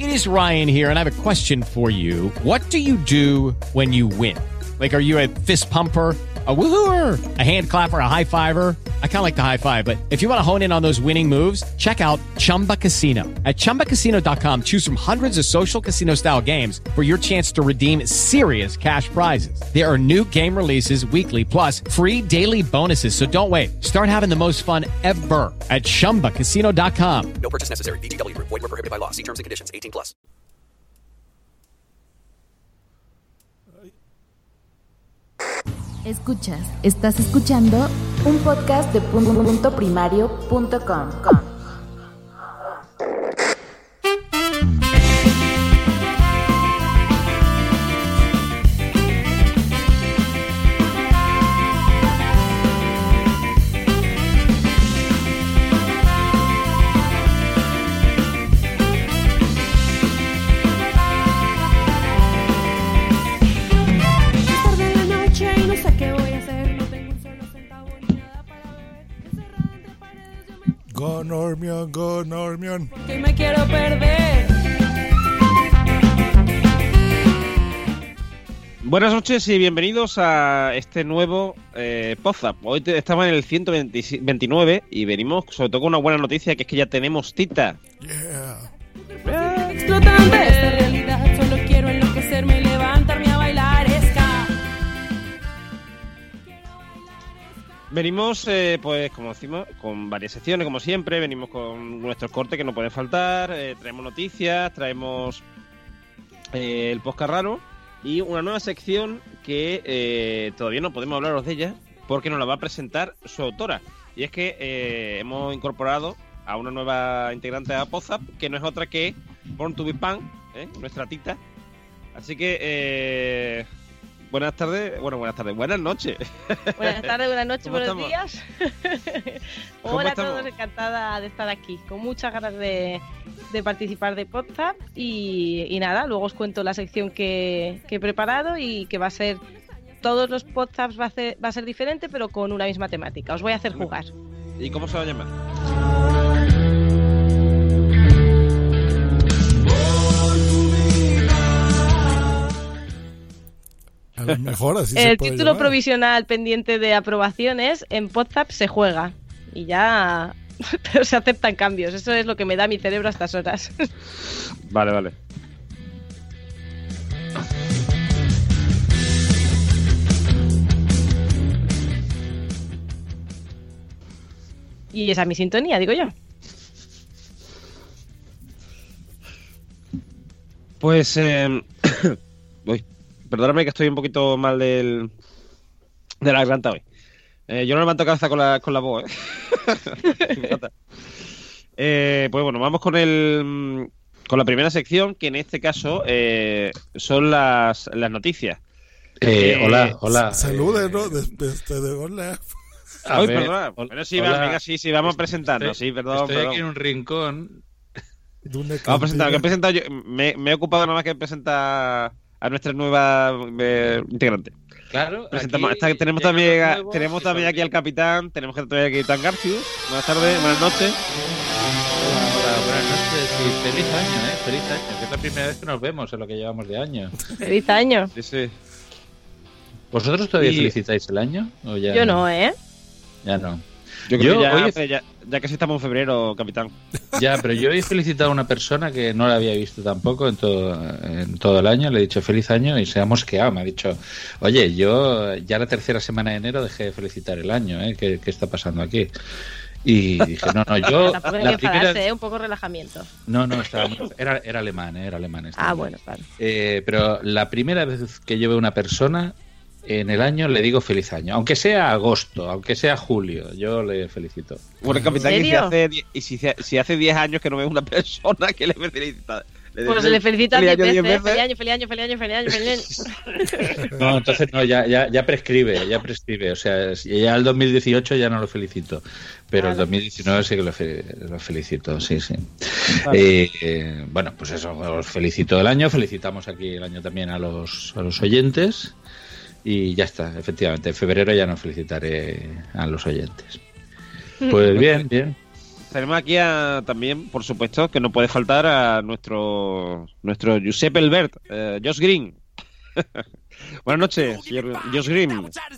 It is Ryan here, and I have a question for you. What do you do when you win? Like, are you a fist pumper, a woohooer, a hand clapper, a high fiver? I kind of like the high five, but if you want to hone in on those winning moves, check out Chumba Casino. At ChumbaCasino.com, choose from hundreds of social casino-style games for your chance to redeem serious cash prizes. There are new game releases weekly, plus free daily bonuses. So don't wait. Start having the most fun ever at ChumbaCasino.com. No purchase necessary. VGW Group. Void where prohibited by law. See terms and conditions. 18+. Estás escuchando un podcast de puntoprimario.com. Go Normion. Porque me quiero perder. Buenas noches y bienvenidos a este nuevo Podzap. Hoy estamos en el 129 y venimos sobre todo con una buena noticia, que es que ya tenemos cita. Explotando esta realidad, solo quiero enloquecerme y levantarme a bailar ska. Venimos, pues como decimos, con varias secciones, como siempre. Venimos con nuestros cortes que no pueden faltar. Traemos noticias, traemos el podcast raro y una nueva sección que todavía no podemos hablaros de ella porque nos la va a presentar su autora. Y es que hemos incorporado a una nueva integrante de Podzap, que no es otra que Born to be Punk, nuestra tita. Así que... buenas tardes, buenas noches. Buenas tardes, buenas noches, buenos estamos? días. ¿Cómo Hola a estamos? todos, encantada de estar aquí, con muchas ganas de participar de Podzap y nada, luego os cuento la sección que he preparado y que va a ser, todos los Podzaps va a ser diferente, pero con una misma temática. Os voy a hacer jugar. ¿Y cómo se va a llamar? A lo mejor así El se puede título llamar. provisional pendiente de aprobación es En Podzap se juega. Y ya... pero se aceptan cambios. Eso es lo que me da mi cerebro a estas horas. Vale. Y esa es mi sintonía, digo yo. Pues... uy, perdóname que estoy un poquito mal de la garganta hoy. Yo no levanto cabeza con la voz, Me encanta. Pues bueno, vamos con la primera sección, que en este caso son las noticias. Hola. Saludes, ¿no? De hola. Ay, perdona. Bueno, sí, venga, sí, vamos a presentarnos. Sí, perdón. Estoy aquí en un rincón. Vamos a presentar. Que he presentado yo, me he ocupado nada más que presentar a nuestra nueva integrante. Claro. Tenemos también aquí al capitán. Tenemos que traer aquí a Capitán Garcius. Buenas tardes, buenas noches. Hola, buenas noches y feliz año, feliz año. Que es la primera vez que nos vemos en lo que llevamos de año. ¡Feliz año! Sí. ¿Vosotros todavía felicitáis el año? ¿O ya Yo no, Ya no. Yo creo que ya casi estamos en febrero, capitán. Ya, pero yo he felicitado a una persona que no la había visto tampoco en todo el año. Le he dicho feliz año y se ha mosqueado. Me ha dicho, oye, yo ya la tercera semana de enero dejé de felicitar el año. ¿Qué está pasando aquí? Y dije, no, yo... Tampoco hay que enfadarse, un poco relajamiento. No, era alemán, era alemán. Bueno, claro. Pero la primera vez que yo veo una persona... en el año le digo feliz año, aunque sea agosto, aunque sea julio, yo le felicito. Bueno, capitán, si hace 10 años que no veo una persona que le felicita. Pues le felicita 10 veces. Feliz año. No, entonces no, ya prescribe. O sea, ya el 2018 ya no lo felicito, pero el 2019 sí que lo felicito, sí. Vale. Bueno, pues eso, os felicito el año, felicitamos aquí el año también a los oyentes. Y ya está, efectivamente, en febrero ya no felicitaré a los oyentes. Pues bien. tenemos aquí también, por supuesto, que no puede faltar a nuestro Giuseppe Albert, Josh Green. Buenas noches, señor Josh Green.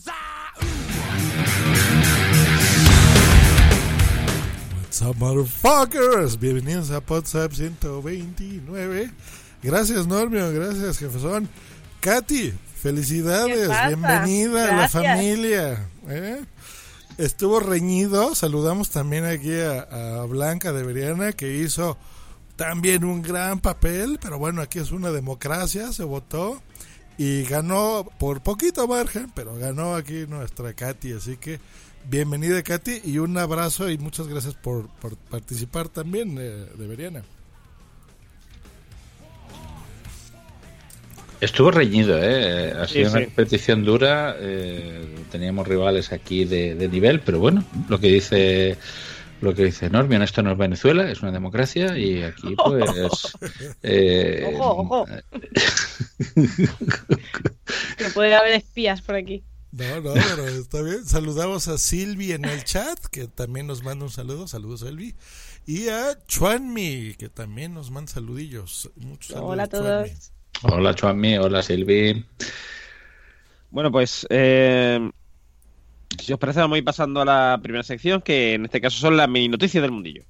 What's up, motherfuckers? Bienvenidos a WhatsApp 129. Gracias, Normio. Gracias, jefezón. Katy, felicidades. Bienvenida a la familia. Estuvo reñido. Saludamos también aquí a Blanca de Veriana, que hizo también un gran papel. Pero bueno, aquí es una democracia. Se votó y ganó por poquito margen, pero ganó aquí nuestra Katy. Así que bienvenida, Katy, y un abrazo y muchas gracias por participar también de Veriana. Estuvo reñido, ha sido una competición dura, teníamos rivales aquí de nivel, pero bueno, lo que dice Normion, esto no es Venezuela, es una democracia y aquí pues... Ojo. Que puede haber espías por aquí. No, pero está bien. Saludamos a Silvi en el chat, que también nos manda un saludo. Saludos, Silvi. Y a Chuanmi, que también nos manda saludillos. Muchos saludos. Hola a todos. Chuanmi. Hola, Chuanmi. Hola, Silvi. Bueno, pues, si os parece, vamos a ir pasando a la primera sección, que en este caso son las mini noticias del mundillo.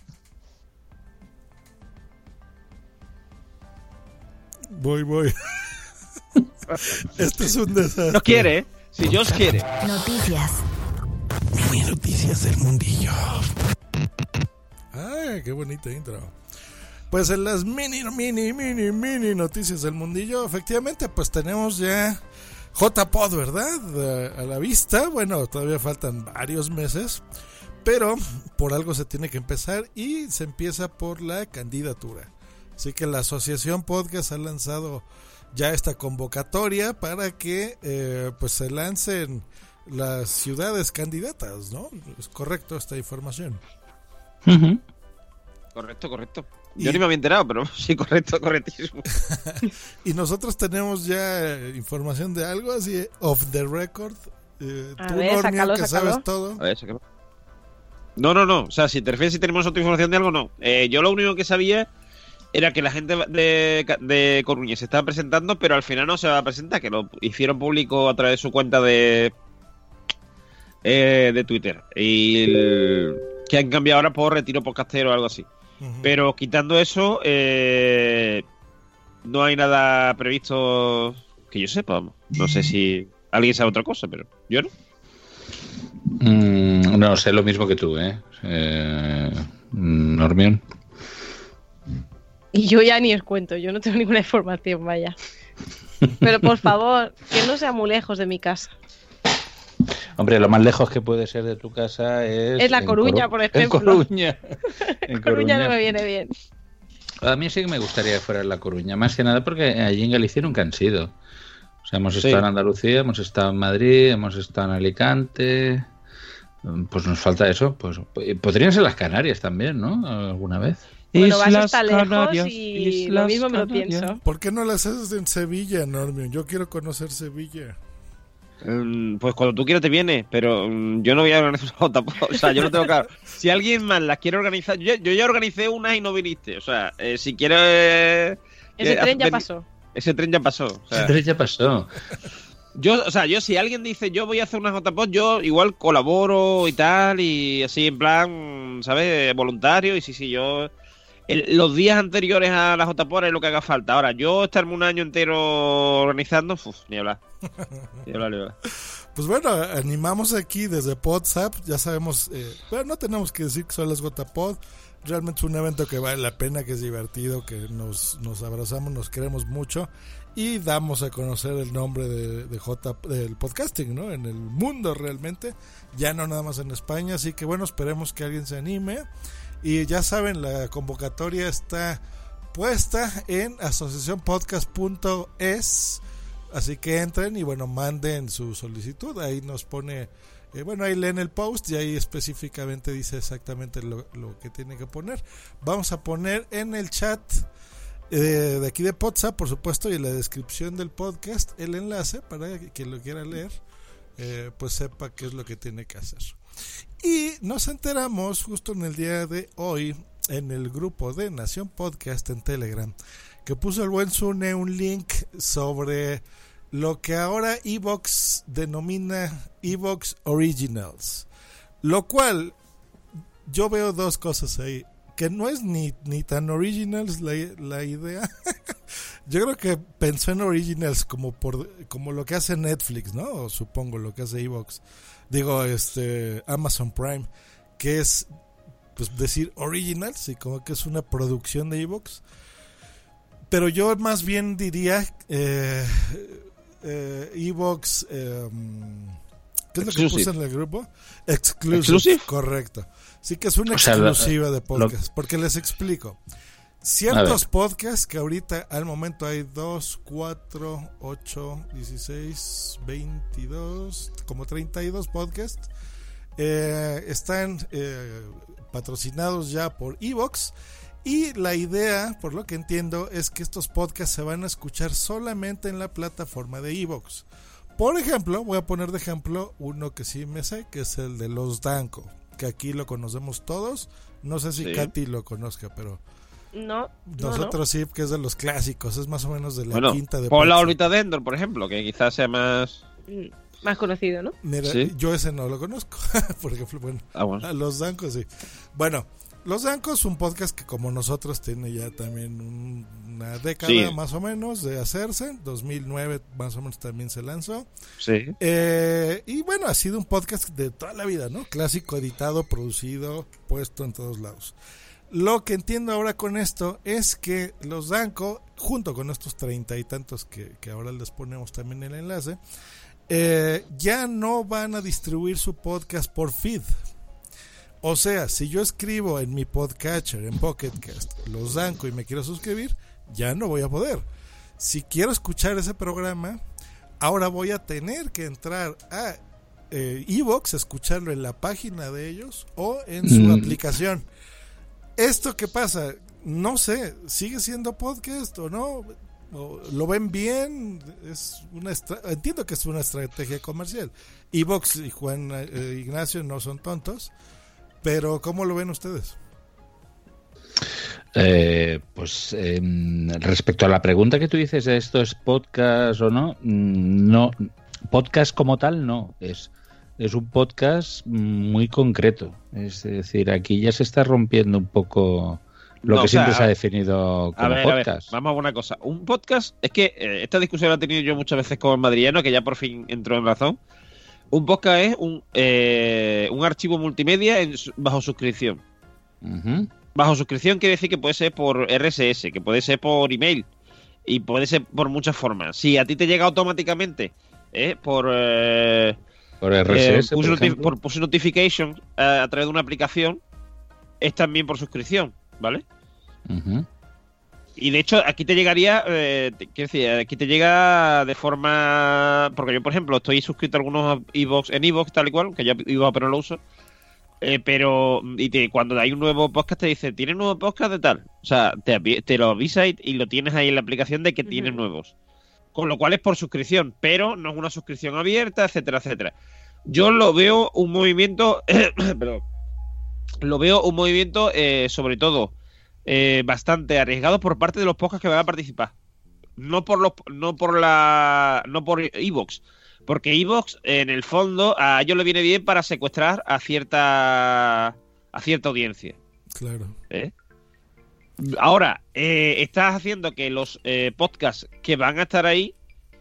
Voy. Este es un desastre. Nos quiere, ¿eh? Si Dios quiere. Noticias. Mini noticias del mundillo. Ay, qué bonita intro. Pues en las mini noticias del mundillo, efectivamente, pues tenemos ya JPod, ¿verdad? A la vista. Bueno, todavía faltan varios meses, pero por algo se tiene que empezar y se empieza por la candidatura. Así que la Asociación Podcast ha lanzado ya esta convocatoria para que pues se lancen las ciudades candidatas, ¿no? ¿Es correcto esta información? Uh-huh. Correcto. Yo ni me había enterado, pero sí, correctísimo. Y nosotros tenemos ya información de algo así, off the record. Tú, Normio, que sabes todo. A ver, sácalo. No. O sea, si te refieres si tenemos otra información de algo, no. Yo lo único que sabía era que la gente de Coruña se estaba presentando, pero al final no se va a presentar, que lo hicieron público a través de su cuenta de Twitter. Y que han cambiado ahora por retiro podcastero o algo así. Uh-huh. Pero quitando eso, no hay nada previsto que yo sepa. No sé si alguien sabe otra cosa, pero yo no. No sé, lo mismo que tú, Normion. Y yo ya ni os cuento, yo no tengo ninguna información, vaya. Pero por favor, que no sea muy lejos de mi casa. Hombre, lo más lejos que puede ser de tu casa es La Coruña, por ejemplo. En Coruña no me viene bien. A mí sí que me gustaría que fuera en La Coruña, más que nada porque allí en Galicia nunca han sido. O sea, hemos estado en Andalucía, hemos estado en Madrid, hemos estado en Alicante. Pues nos falta eso. Pues podrían ser las Canarias también, ¿no? ¿Alguna vez? Bueno, vas hasta lejos y lo mismo me lo pienso. ¿Por qué no las haces en Sevilla, Normio? Yo quiero conocer Sevilla. Pues cuando tú quieras te vienes, pero yo no voy a organizar una JPod. O sea, yo no tengo claro. Si alguien más las quiere organizar, yo ya organicé unas y no viniste. O sea, si quieres... Ese tren ya pasó. Ese tren ya pasó. O sea, ese tren ya pasó. Yo si alguien dice yo voy a hacer una JPod, yo igual colaboro y tal, y así en plan, ¿sabes? Voluntario, y sí, yo... los días anteriores a la JPod es lo que haga falta. Ahora, yo estarme un año entero organizando, ni hablar. Pues bueno, animamos aquí desde WhatsApp. Ya sabemos, no tenemos que decir que son las JPod. Realmente es un evento que vale la pena, que es divertido, que nos abrazamos, nos queremos mucho y damos a conocer el nombre del podcasting, ¿no? En el mundo realmente, ya no nada más en España. Así que bueno, esperemos que alguien se anime. Y ya saben, la convocatoria está puesta en asociacionpodcast.es, así que entren y bueno, manden su solicitud. Ahí nos pone, ahí leen el post y ahí específicamente dice exactamente lo que tiene que poner. Vamos a poner en el chat de aquí de WhatsApp, por supuesto, y en la descripción del podcast el enlace para que quien lo quiera leer pues sepa qué es lo que tiene que hacer. Y nos enteramos justo en el día de hoy en el grupo de Nación Podcast en Telegram, que puso el buen Sune un link sobre lo que ahora Evox denomina Evox Originals, lo cual yo veo dos cosas ahí, que no es ni tan Originals la idea. Yo creo que pensó en Originals como lo que hace Netflix, ¿no? O supongo lo que hace Evox, Amazon Prime, que es pues decir Originals y como que es una producción de Evox. Pero yo más bien diría Evox, ¿qué es lo que puse en el grupo? Exclusive. Correcto. Sí, que es una exclusiva de podcast, porque les explico. Ciertos podcasts que ahorita al momento hay 2, 4, 8, 16, 22, como 32 podcasts, están patrocinados ya por Evox, y la idea, por lo que entiendo, es que estos podcasts se van a escuchar solamente en la plataforma de Evox. Por ejemplo, voy a poner de ejemplo uno que sí me sé, que es el de Los Danco, que aquí lo conocemos todos. No sé si Katy lo conozca, pero nosotros sí, que es de los clásicos, es más o menos de la quinta de por la órbita de Endor, por ejemplo, que quizás sea más conocido, ¿no? Mira, yo ese no lo conozco. Por ejemplo, Los Dancos sí. Bueno, Los Dancos, un podcast que como nosotros tiene ya también una década más o menos de hacerse. 2009 más o menos también se lanzó. Sí. Y bueno, ha sido un podcast de toda la vida, ¿no? Clásico, editado, producido, puesto en todos lados. Lo que entiendo ahora con esto es que Los Danco, junto con estos 30 y tantos que ahora les ponemos también el enlace, ya no van a distribuir su podcast por feed. O sea, si yo escribo en mi podcatcher, en Pocket Cast, Los Danco y me quiero suscribir, ya no voy a poder. Si quiero escuchar ese programa, ahora voy a tener que entrar a Evox, escucharlo en la página de ellos o en su aplicación. ¿Esto qué pasa? No sé, ¿sigue siendo podcast o no? ¿O lo ven bien? Entiendo que es una estrategia comercial. Evox y Juan Ignacio no son tontos, pero ¿cómo lo ven ustedes? Respecto a la pregunta que tú dices, ¿esto es podcast o no? No, podcast como tal no, es un podcast muy concreto. Es decir, aquí ya se está rompiendo un poco lo que siempre se ha definido como podcast. Vamos a una cosa. Un podcast, es que esta discusión la he tenido yo muchas veces con el madrileño, que ya por fin entró en razón. Un podcast es un archivo multimedia bajo suscripción. Uh-huh. Bajo suscripción quiere decir que puede ser por RSS, que puede ser por email y puede ser por muchas formas. Si a ti te llega automáticamente por RSS, por push notification a través de una aplicación, es también por suscripción, ¿vale? Uh-huh. Y de hecho aquí te llegaría, quiero decir, aquí te llega de forma, porque yo por ejemplo estoy suscrito a algunos en Evox tal y cual, que ya iba pero no lo uso, pero cuando hay un nuevo podcast te dice, ¿tienes nuevo podcast de tal? O sea, te lo avisa y lo tienes ahí en la aplicación de que tienes nuevos. Con lo cual es por suscripción, pero no es una suscripción abierta, etcétera, etcétera. Yo lo veo un movimiento, sobre todo bastante arriesgado por parte de los podcasts que van a participar. No por Evox, porque Evox en el fondo a ellos le viene bien para secuestrar a cierta audiencia. Claro. Ahora, estás haciendo que los podcasts que van a estar ahí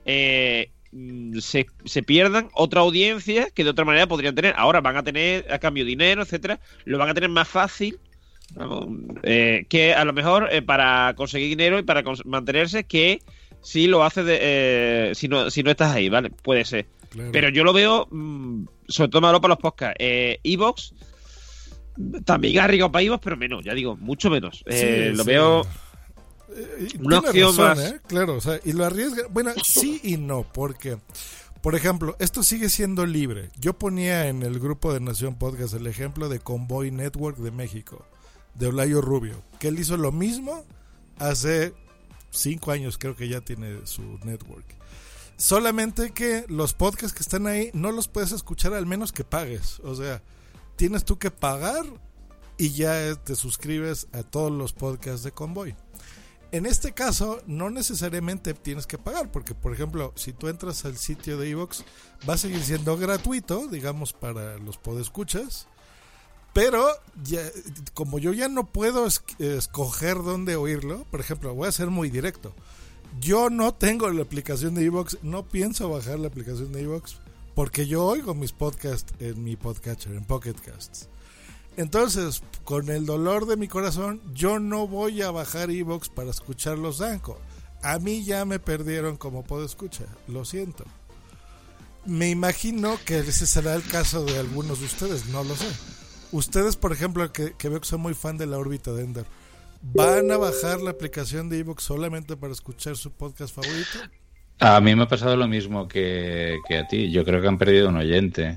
se pierdan otra audiencia que de otra manera podrían tener. Ahora van a tener a cambio dinero, etcétera. Lo van a tener más fácil, que a lo mejor para conseguir dinero y para mantenerse, que si lo haces si no estás ahí, ¿vale? Puede ser. Claro. Pero yo lo veo sobre todo malo para los podcasts. Evox también arriesgado para Evox, pero menos, ya digo, mucho menos. Lo veo una opción razón, más. Claro, o sea, y lo arriesga. Bueno, sí y no, porque, por ejemplo, esto sigue siendo libre. Yo ponía en el grupo de Nación Podcast el ejemplo de Convoy Network de México, de Olayo Rubio, que él hizo lo mismo hace 5 años, creo que ya tiene su network. Solamente que los podcasts que están ahí no los puedes escuchar al menos que pagues. O sea, tienes tú que pagar y ya te suscribes a todos los podcasts de Convoy. En este caso, no necesariamente tienes que pagar, porque, por ejemplo, si tú entras al sitio de iVoox, va a seguir siendo gratuito, digamos, para los podescuchas, pero ya, como yo ya no puedo escoger dónde oírlo, por ejemplo, voy a ser muy directo. Yo no tengo la aplicación de iVoox, no pienso bajar la aplicación de iVoox, porque yo oigo mis podcasts en mi podcatcher, en Pocket Casts. Entonces, con el dolor de mi corazón, yo no voy a bajar iVoox para escuchar los Danco. A mí ya me perdieron como podescucha, lo siento. Me imagino que ese será el caso de algunos de ustedes, no lo sé. Ustedes, por ejemplo, que veo que son muy fan de La Órbita de Ender, ¿van a bajar la aplicación de iVoox solamente para escuchar su podcast favorito? A mí me ha pasado lo mismo que a ti. Yo creo que han perdido un oyente.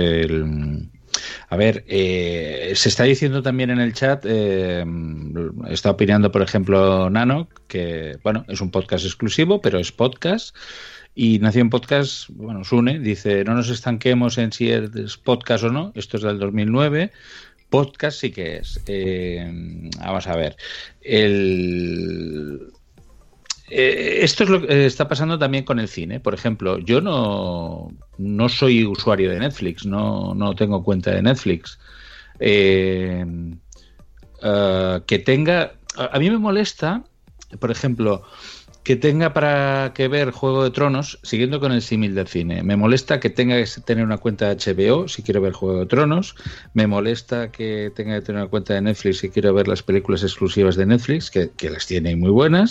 A ver, se está diciendo también en el chat, está opinando, por ejemplo, Nano, que, bueno, es un podcast exclusivo, pero es podcast. Y Nación Podcast, bueno, Sune, dice, no nos estanquemos en si es podcast o no. Esto es del 2009. Podcast sí que es. Vamos a ver. Esto es lo que está pasando también con el cine. Por ejemplo, yo no soy usuario de Netflix, no tengo cuenta de Netflix. Que tenga... A mí me molesta, por ejemplo, que tenga para que ver Juego de Tronos, siguiendo con el símil del cine. Me molesta que tenga que tener una cuenta de HBO si quiero ver Juego de Tronos. Me molesta que tenga que tener una cuenta de Netflix si quiero ver las películas exclusivas de Netflix, que las tiene muy buenas.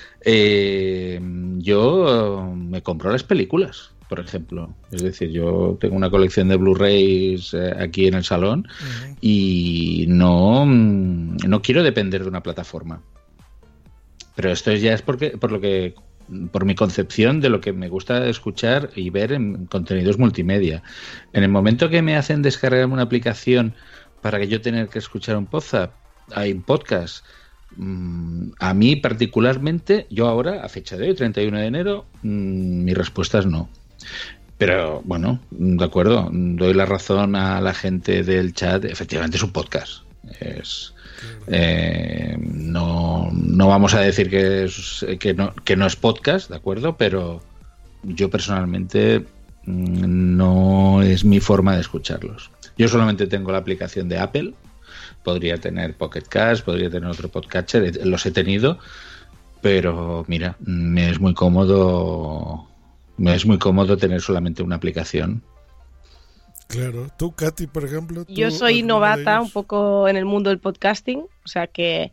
Yo me compro las películas, por ejemplo. Es decir, yo tengo una colección de Blu-rays aquí en el salón y no quiero depender de una plataforma. Pero esto ya es por mi concepción de lo que me gusta escuchar y ver en contenidos multimedia. En el momento que me hacen descargarme una aplicación para que yo tenga que escuchar un podcast, a mí particularmente, yo ahora, a fecha de hoy, 31 de enero, mi respuesta es no. Pero bueno, de acuerdo, doy la razón a la gente del chat, efectivamente es un podcast. No vamos a decir que no es podcast, de acuerdo, pero yo personalmente no es mi forma de escucharlos. Yo solamente tengo la aplicación de Apple. Podría tener Pocket Cast, podría tener otro podcatcher, los he tenido, pero mira, me es muy cómodo tener solamente una aplicación. Claro, tú, Katy, por ejemplo. Yo soy novata un poco en el mundo del podcasting, o sea que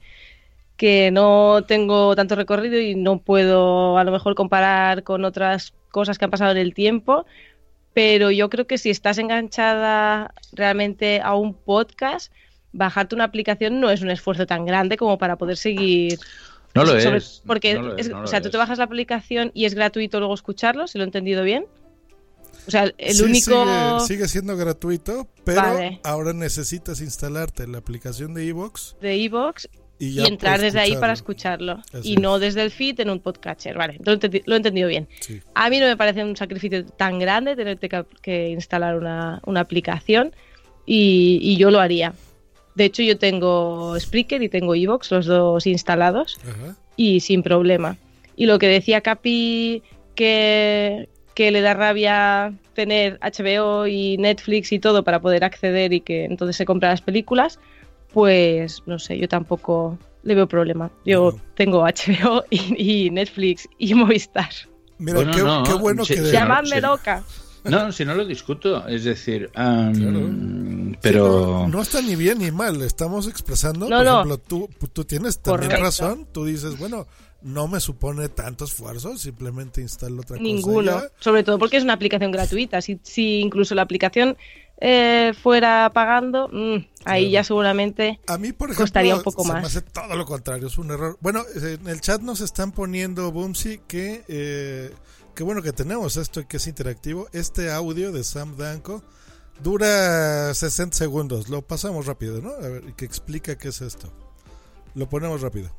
no tengo tanto recorrido y no puedo a lo mejor comparar con otras cosas que han pasado en el tiempo, pero yo creo que si estás enganchada realmente a un podcast, bajarte una aplicación no es un esfuerzo tan grande como para poder seguir. No lo es. Porque tú te bajas la aplicación y es gratuito luego escucharlo, si lo he entendido bien. O sea, el único... Sigue siendo gratuito, pero ahora necesitas instalarte la aplicación de iVoox. Y entrar desde ahí para escucharlo. Y no desde el feed en un podcatcher. Vale, lo he entendido bien. Sí. A mí no me parece un sacrificio tan grande tenerte que instalar una aplicación y yo lo haría. De hecho, yo tengo Spreaker y tengo iVoox, los dos instalados, y sin problema. Y lo que decía Capi, que le da rabia tener HBO y Netflix y todo para poder acceder y que entonces se compra las películas, pues no sé, yo tampoco le veo problema. Yo tengo HBO y Netflix y Movistar. Mira, bueno, qué bueno que... Llamadme loca. No, si no lo discuto, es decir, pero... Sí, no está ni bien ni mal, estamos expresando, por ejemplo, tú tienes también razón, tú dices, bueno, no me supone tanto esfuerzo, simplemente instalo otra cosa. Ninguno, sobre todo porque es una aplicación gratuita, si incluso la aplicación fuera pagando, ahí ya seguramente a mí, por ejemplo, costaría un poco más. Me hace todo lo contrario, es un error. Bueno, en el chat nos están poniendo, Boomsy, que... Qué bueno que tenemos esto que es interactivo. Este audio de Sam Danco dura 60 segundos. Lo pasamos rápido, ¿no? A ver, que explica qué es esto. Lo ponemos rápido.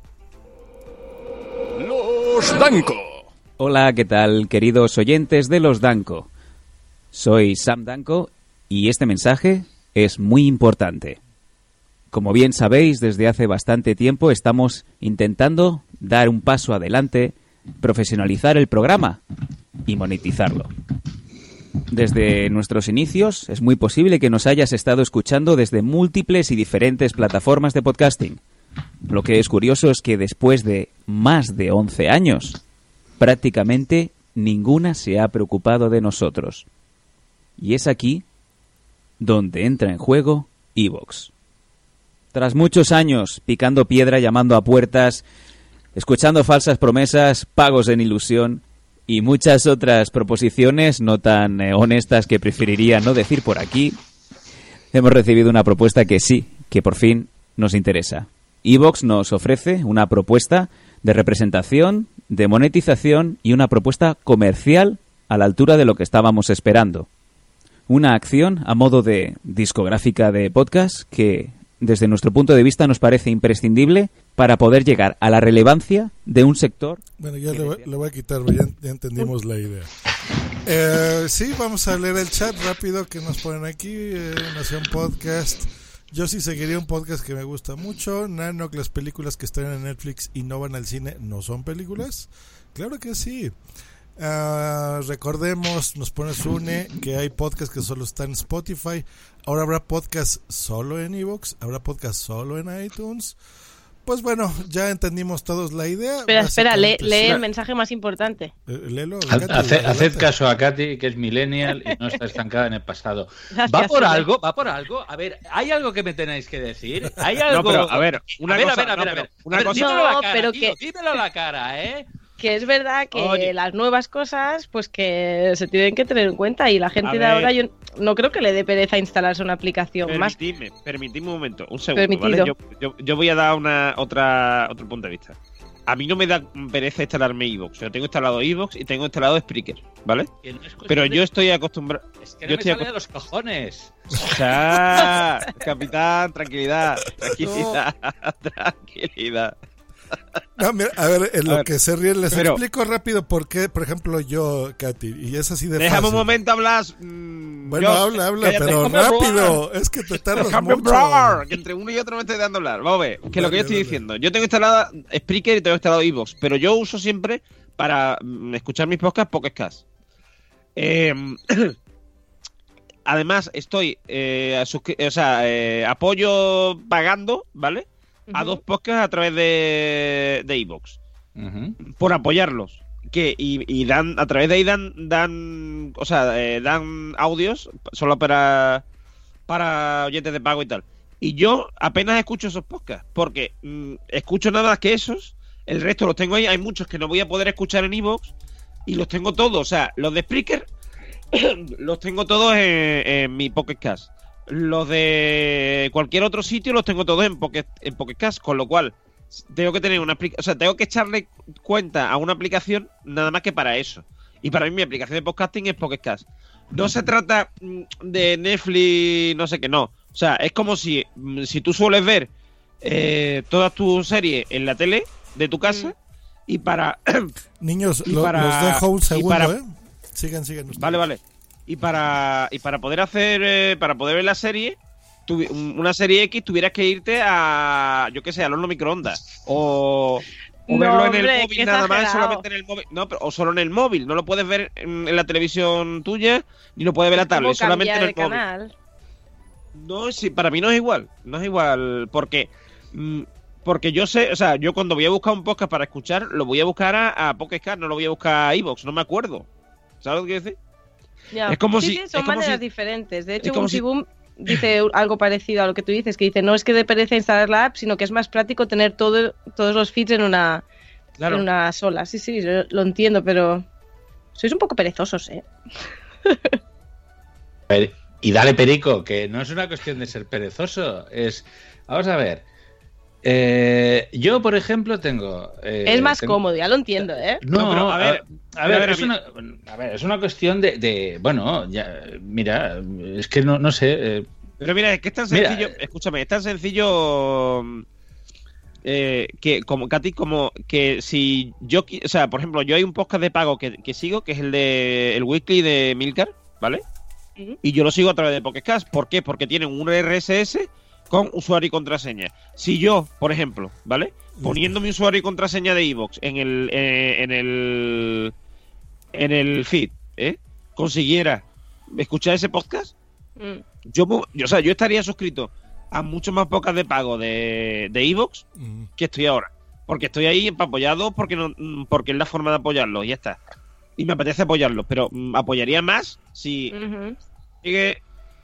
Los Danco. Hola, ¿qué tal, queridos oyentes de Los Danco? Soy Sam Danco y este mensaje es muy importante. Como bien sabéis, desde hace bastante tiempo estamos intentando dar un paso adelante, profesionalizar el programa y monetizarlo. Desde nuestros inicios es muy posible que nos hayas estado escuchando desde múltiples y diferentes plataformas de podcasting. Lo que es curioso es que después de más de 11 años, prácticamente ninguna se ha preocupado de nosotros. Y es aquí donde entra en juego iVoox. Tras muchos años picando piedra, llamando a puertas, escuchando falsas promesas, pagos en ilusión y muchas otras proposiciones no tan honestas que preferiría no decir por aquí, hemos recibido una propuesta que sí, que por fin nos interesa. iVoox nos ofrece una propuesta de representación, de monetización y una propuesta comercial a la altura de lo que estábamos esperando. Una acción a modo de discográfica de podcast que, desde nuestro punto de vista, nos parece imprescindible para poder llegar a la relevancia de un sector. Bueno, ya le voy a quitar, ya entendimos la idea. Sí, vamos a leer el chat rápido que nos ponen aquí. Nación Podcast. Yo sí seguiría un podcast que me gusta mucho. Nano, que las películas que están en Netflix y no van al cine no son películas. Claro que sí. Recordemos, nos pone Sune, que hay podcasts que solo están en Spotify. Ahora habrá podcast solo en iVoox, habrá podcast solo en iTunes. Pues bueno, ya entendimos todos la idea. Espera, lee el mensaje más importante. Léelo, haced caso a Katy, que es millennial y no está estancada en el pasado. Gracias, ¿Va por Sune. algo? ¿Va por algo? A ver, ¿hay algo que me tenéis que decir? ¿Hay algo? No, pero, a ver, una cosa. Una cosa. No, Dímelo a la cara, pero tío, que- dímelo a la cara, ¿eh? Que es verdad que Oye. las nuevas cosas, pues que se tienen que tener en cuenta y la gente de ver. ahora, yo no creo que le dé pereza instalarse una aplicación más. Permitidme un momento, un segundo, Permitido. ¿vale? Yo voy a dar otro punto de vista. A mí no me da pereza instalarme iVoox. Yo tengo instalado iVoox y tengo instalado Spreaker, ¿vale? Que no es cuestión Pero de- yo estoy acostumbrado. Es que yo no me estoy sale de los cojones. O sea, capitán, tranquilidad. Tranquilidad. No, mira, a ver, en A lo ver, que se ríen, les pero- explico rápido por qué, por ejemplo, yo, Katy, y es así de Déjame fácil. un momento hablar. Bueno, habla, cállate, pero déjame hablar. rápido, es que te tardas Déjame mucho. hablar, que entre uno y otro me estoy dando a hablar. Vamos a ver, que lo que yo estoy Dale. diciendo. Yo tengo instalada Spreaker y tengo instalado iVoox, pero yo uso siempre para escuchar mis podcasts Pocket Cast. Además, estoy apoyo pagando, ¿vale? A dos podcasts a través de iVoox. Ujú. Por apoyarlos. Y dan, a través de ahí dan audios solo para oyentes de pago y tal. Y yo apenas escucho esos podcasts, porque escucho nada más que esos, el resto los tengo ahí, hay muchos que no voy a poder escuchar en iVoox, y los tengo todos, o sea, los de Spreaker los tengo todos en mi Pocket Cast. Los de cualquier otro sitio los tengo todos en Pocket Cast, con lo cual tengo que tener tengo que echarle cuenta a una aplicación nada más que para eso. Y para mí mi aplicación de podcasting es Pocket Cast. No se trata de Netflix, no sé qué, no. O sea, es como si tú sueles ver todas tus series en la tele de tu casa y para... Niños, y los dejo un y segundo, para- Sigan ustedes. Vale. Y para poder para poder ver la serie, una serie X, tuvieras que irte a, yo qué sé, al horno microondas. O No, verlo en hombre, el móvil qué nada más, exagerado. solamente en el móvil. No, o solo en el móvil. No lo puedes ver en la televisión tuya, ni lo puedes ver en la tablet, ¿Cómo solamente en cambiar el de móvil. canal? No, sí, para mí no es igual. No es igual porque yo sé, o sea, yo cuando voy a buscar un podcast para escuchar, lo voy a buscar a Pocket Cast, no lo voy a buscar a iVoox, no me acuerdo. ¿Sabes lo que quiero decir? Ya. Es como Sí, si- sí, es son como maneras si- diferentes. De es hecho, como Boom si- Boom dice algo parecido a lo que tú dices, que dice, no es que dé pereza instalar la app, sino que es más práctico tener todos los feeds en una sola. Sí, yo lo entiendo, pero sois un poco perezosos, ¿eh? A ver, y dale perico, que no es una cuestión de ser perezoso, es... Vamos a ver. Yo, por ejemplo, tengo... es más cómodo, ya lo entiendo, ¿eh? No, pero, a ver, es una cuestión de bueno, ya, mira, es que no sé. Pero mira, es que es tan Mira, sencillo, escúchame, es tan sencillo que como Katy, como que si yo, o sea, por ejemplo, yo hay un podcast de pago que sigo, que es el Weekly de Milcar, ¿vale? y yo lo sigo a través de Pocket Cast. ¿Por qué? Porque tienen un RSS con usuario y contraseña. Si yo, por ejemplo, ¿vale? Poniendo mi usuario y contraseña de iVoox en el feed, consiguiera escuchar ese podcast, yo estaría suscrito a muchos más podcasts de pago de iVoox que estoy ahora. Porque estoy ahí para apoyarlos, porque es la forma de apoyarlos, y ya está. Y me apetece apoyarlos, pero apoyaría más si sigue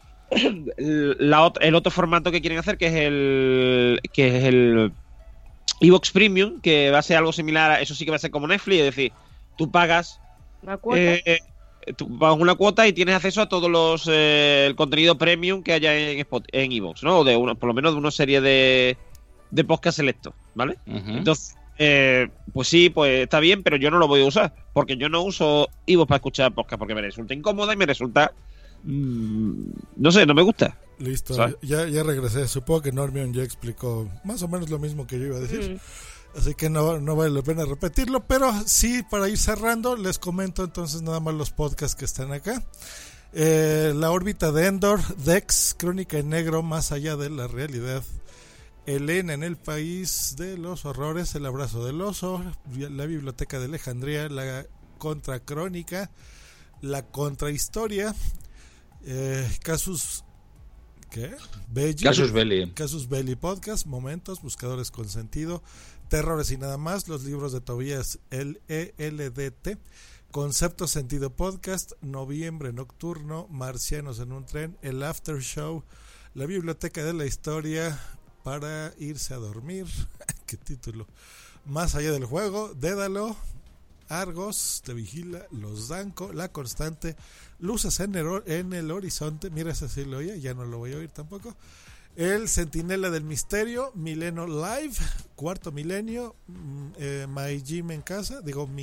el otro formato que quieren hacer, que es el iVoox Premium, que va a ser algo similar a eso. Sí que va a ser como Netflix, es decir, tú pagas ¿una cuota? Tú pagas una cuota y tienes acceso a todos el contenido premium que haya en iVoox, ¿no? O por lo menos de una serie de podcast selectos, ¿vale? Entonces, pues sí, pues está bien, pero yo no lo voy a usar, porque yo no uso iVoox para escuchar podcast, porque me resulta incómoda y me resulta no sé, no me gusta. Listo, ya regresé. Supongo que Normion ya explicó más o menos lo mismo que yo iba a decir. Así que no vale la pena repetirlo, pero sí, para ir cerrando, les comento entonces nada más los podcasts que están acá. La órbita de Endor, Dex, Crónica en Negro, Más allá de la realidad, Elena en el país de los horrores, El abrazo del oso, La biblioteca de Alejandría, La contracrónica, La contrahistoria, Casus Belli. Casus Belli Podcast, Momentos, Buscadores con Sentido, Terrores y nada más, Los libros de Tobías, el ELDT, Concepto Sentido Podcast, Noviembre Nocturno, Marcianos en un tren, El After Show, La biblioteca de la historia para irse a dormir, qué título, Más allá del juego, Dédalo, Argos, Te vigila, Los Danco, La constante, Luces en el horizonte, mira, ese sí lo oía, ya no lo voy a oír tampoco, El centinela del misterio, Mileno Live, Cuarto Milenio, Mi Gym en casa,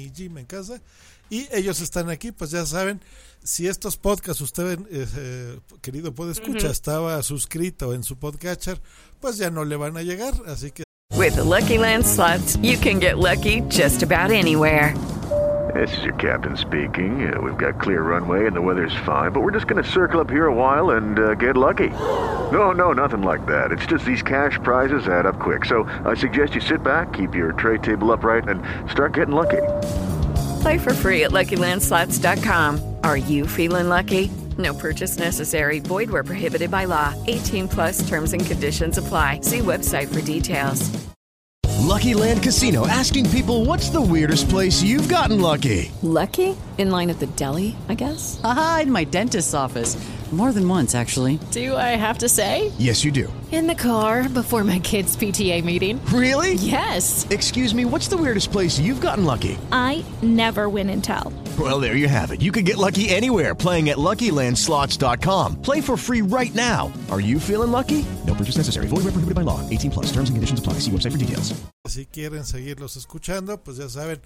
y ellos están aquí, pues ya saben, si estos podcasts usted, querido podescucha, estaba suscrito en su podcatcher, pues ya no le van a llegar, así que... With the Lucky Land Slots, you can get lucky just about anywhere. This is your captain speaking. We've got clear runway and the weather's fine, but we're just going to circle up here a while and get lucky. No, nothing like that. It's just these cash prizes add up quick. So I suggest you sit back, keep your tray table upright, and start getting lucky. Play for free at LuckyLandSlots.com. Are you feeling lucky? No purchase necessary. Void where prohibited by law. 18 plus terms and conditions apply. See website for details. Lucky Land Casino, asking people, what's the weirdest place you've gotten lucky? Lucky? In line at the deli, I guess? Aha, in my dentist's office. More than once, actually. Do I have to say? Yes, you do. In the car before my kids' PTA meeting. Really? Yes. Excuse me, what's the weirdest place you've gotten lucky? I never win and tell. Well, there you have it. You can get lucky anywhere, playing at LuckyLandSlots.com. Play for free right now. Are you feeling lucky? No purchase necessary. Void where prohibited by law. 18 plus. Terms and conditions apply. See website for details. Si quieren seguirlos escuchando, pues ya saben,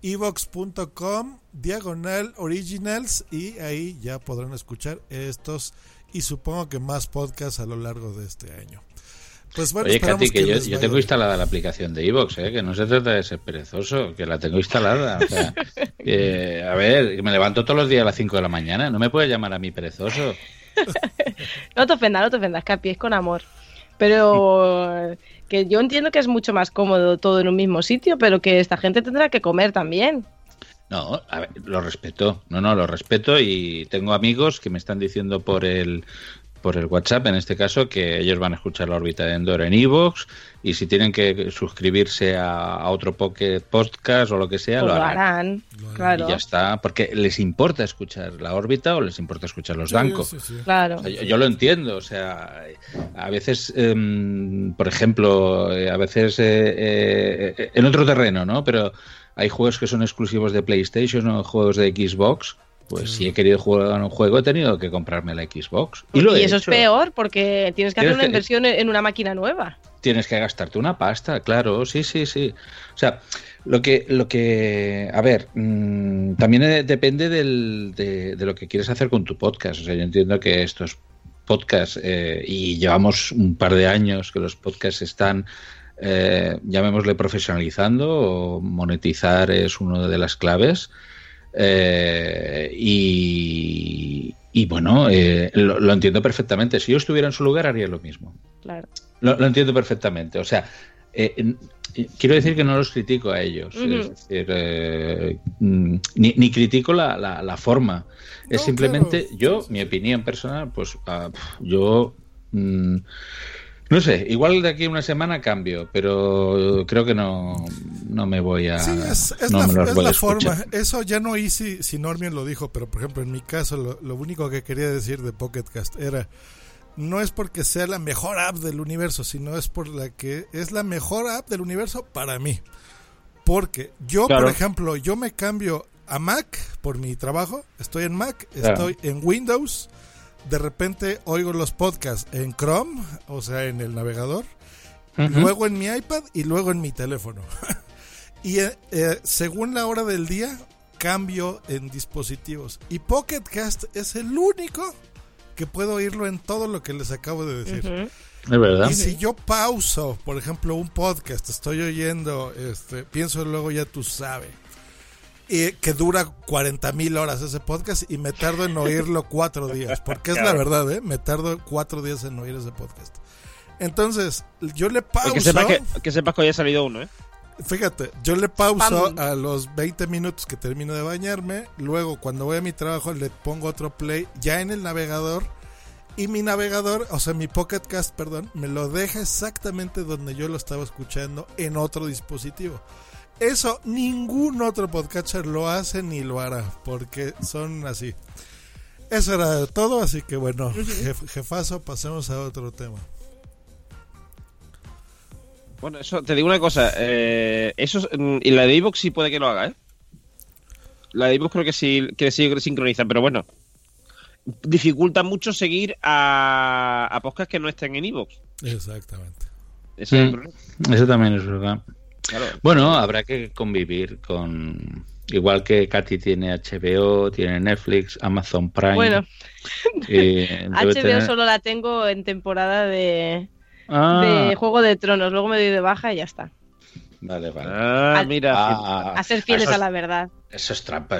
iVoox.com/originals, y ahí ya podrán escuchar estos y supongo que más podcasts a lo largo de este año. Pues bueno, oye, Katy, que yo tengo instalada la aplicación de iVoox, que no se trata de ser perezoso, que la tengo instalada. O sea, a ver, me levanto todos los días a las 5 de la mañana, no me puedes llamar a mí perezoso. No te ofendas, Capi, es con amor. Pero que yo entiendo que es mucho más cómodo todo en un mismo sitio, pero que esta gente tendrá que comer también. No, a ver, lo respeto. Lo respeto, y tengo amigos que me están diciendo por el WhatsApp, en este caso, que ellos van a escuchar La órbita de Endor en iVoox, y si tienen que suscribirse a otro podcast o lo que sea, pues lo harán. Claro. Y ya está, porque les importa escuchar La órbita o les importa escuchar Los Danco. Sí. Claro. O sea, yo lo entiendo, o sea, a veces, por ejemplo, en otro terreno, ¿no? Pero hay juegos que son exclusivos de PlayStation o juegos de Xbox. Pues si he querido jugar a un juego, he tenido que comprarme la Xbox. Y eso es peor, porque tienes que hacer una inversión en una máquina nueva. Tienes que gastarte una pasta, claro, sí. O sea, lo que a ver, también depende de lo que quieres hacer con tu podcast. O sea, yo entiendo que estos podcasts, y llevamos un par de años que los podcasts están, llamémosle, profesionalizando, o monetizar es una de las claves. Y Y bueno, lo entiendo perfectamente. Si yo estuviera en su lugar, haría lo mismo. Claro. Lo entiendo perfectamente. O sea, quiero decir que no los critico a ellos. Uh-huh. Es decir, ni critico la forma. Es simplemente mi opinión personal, pues yo... no sé, igual de aquí a una semana cambio, pero creo que no me voy a... Sí, es la forma. Eso ya no hice si Normion lo dijo, pero por ejemplo en mi caso lo único que quería decir de Pocket Cast era, no es porque sea la mejor app del universo, sino es por la que es la mejor app del universo para mí. Porque yo, por ejemplo, yo me cambio a Mac por mi trabajo, estoy en Mac, estoy en Windows, de repente oigo los podcasts en Chrome, o sea, en el navegador, luego en mi iPad y luego en mi teléfono. Y según la hora del día, cambio en dispositivos. Y Pocket Cast es el único que puedo oírlo en todo lo que les acabo de decir. Es verdad. Y si yo pauso, por ejemplo, un podcast, estoy oyendo, pienso luego ya tú sabes, que dura 40,000 horas ese podcast y me tardo en oírlo 4 días, porque es la verdad, me tardo 4 días en oír ese podcast. Entonces, yo le pauso. Que sepas que hoy ha salido uno, Fíjate, yo le pauso a los 20 minutos que termino de bañarme, luego cuando voy a mi trabajo le pongo otro play ya en el navegador, y mi navegador, o sea mi Pocket Cast, perdón, me lo deja exactamente donde yo lo estaba escuchando en otro dispositivo. Eso ningún otro podcatcher lo hace ni lo hará, porque son así. Eso era todo, así que bueno, jefazo, pasemos a otro tema. Bueno, eso te digo una cosa, eso y la de iVoox sí puede que lo haga, La de iVoox creo que sí sincroniza, pero bueno, dificulta mucho seguir a podcasts que no estén en iVoox. Exactamente. Ese es el problema. Eso también es verdad. Claro. Bueno, habrá que convivir con... Igual que Katy tiene HBO, tiene Netflix, Amazon Prime. Bueno, HBO solo la tengo en temporada de Juego de Tronos. Luego me doy de baja y ya está. Vale. Mira. A ser fieles a la verdad. Eso es trampa.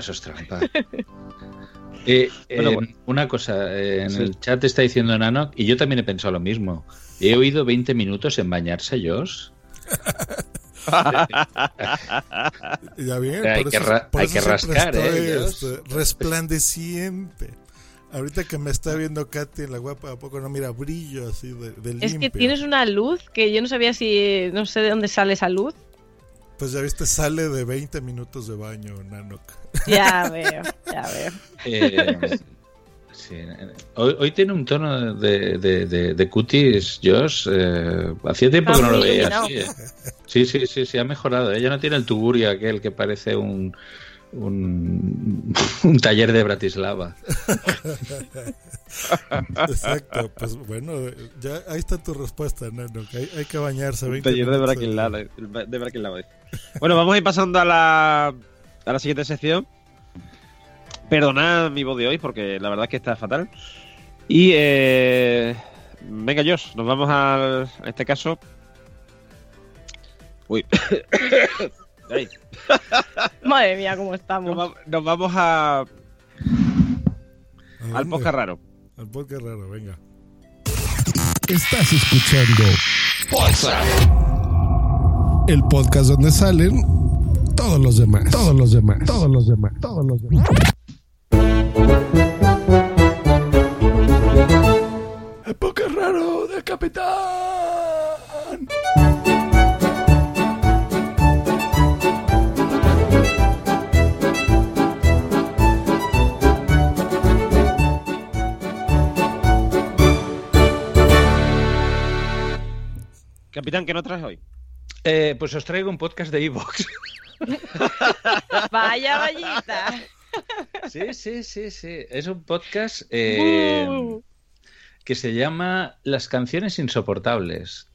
Bueno. Una cosa, en el chat está diciendo Nano, y yo también he pensado lo mismo. He oído 20 minutos en bañarse, Josh. Ya bien, hay que rascar, resplandeciente. Ahorita que me está viendo Katy en la guapa, ¿a poco no mira brillo así de limpio? Es que tienes una luz que yo no sabía no sé de dónde sale esa luz. Pues ya viste, sale de 20 minutos de baño, Nanok. Ya veo. Sí. Hoy tiene un tono de cutis, Josh. Hacía tiempo que no lo veía así. Sí, ha mejorado. Ella no tiene el tugurio aquel que parece un taller de Bratislava. Exacto, pues bueno, ya ahí está tu respuesta, Nano. Hay que bañarse. Un taller de Bratislava. Bueno, vamos a ir pasando a la siguiente sección. Perdonad mi voz de hoy porque la verdad es que está fatal. Y venga, Josh, nos vamos en este caso. Uy. Ahí. Madre mía, cómo estamos. Nos vamos al podcast raro. Al podcast raro, venga. Estás escuchando WhatsApp, el podcast donde salen todos los demás. El podcast raro del capitán. Capitán, ¿qué nos traes hoy? Pues os traigo un podcast de iVoox. Vaya vallita. Sí. Es un podcast que se llama Las canciones insoportables.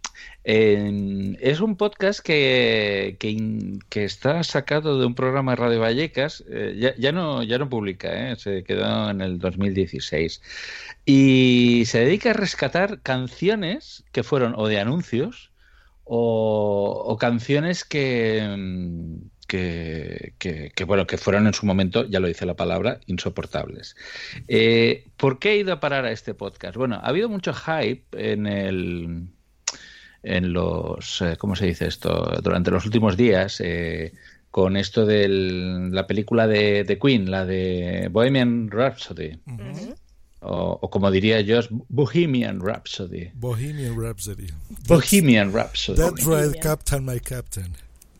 Es un podcast que está sacado de un programa de Radio Vallecas. Ya no publica, se quedó en el 2016. Y se dedica a rescatar canciones que fueron o de anuncios o canciones que bueno, que fueron en su momento, ya lo dice la palabra, insoportables. ¿Por qué he ido a parar a este podcast? Bueno, ha habido mucho hype en los, ¿cómo se dice esto? Durante los últimos días, con esto de la película de Queen, la de Bohemian Rhapsody. O como diría yo, Bohemian Rhapsody. Bohemian Rhapsody. Bohemian Rhapsody. That's right, Captain, my Captain.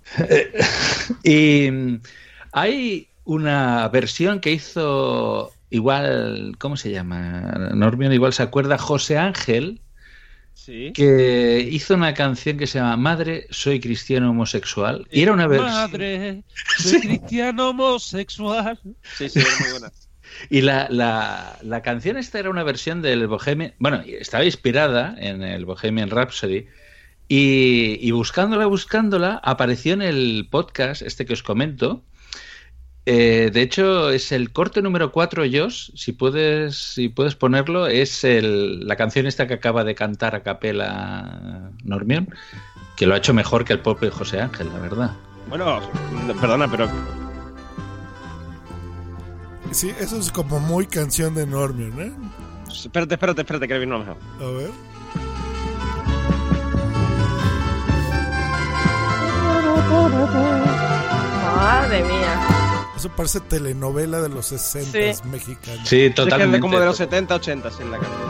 Y hay una versión que hizo igual, ¿cómo se llama? Normion igual se acuerda, José Ángel, ¿sí? Que hizo una canción que se llama Madre, soy cristiano homosexual. Y era una versión... Madre, soy cristiano homosexual. Sí, era muy buena. Y la canción esta era una versión del Bohemian... Bueno, estaba inspirada en el Bohemian Rhapsody. Y buscándola, apareció en el podcast este que os comento. De hecho, es el corte número 4, Josh, si puedes ponerlo, es la canción esta que acaba de cantar a capela Normion, que lo ha hecho mejor que el propio José Ángel, la verdad. Bueno, perdona, pero... Sí, eso es como muy canción de Normion, ¿eh? Espérate, que viene mejor. A ver. Madre mía. Eso parece telenovela de los 60 mexicanos. Sí, totalmente. Es como de los 70, 80 en la canción.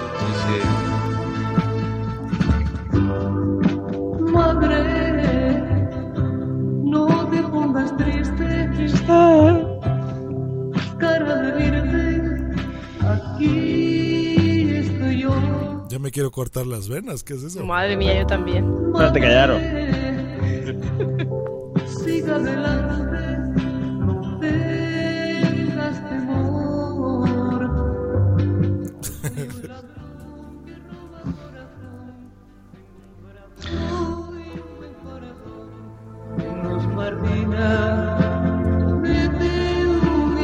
Sí. Madre, no te pongas triste. Cara de virgen, aquí estoy yo. Ya me quiero cortar las venas, ¿qué es eso? Madre mía, yo también. Espérate, callaron. Siga adelante, no tengas temor. Nos Martina, vete un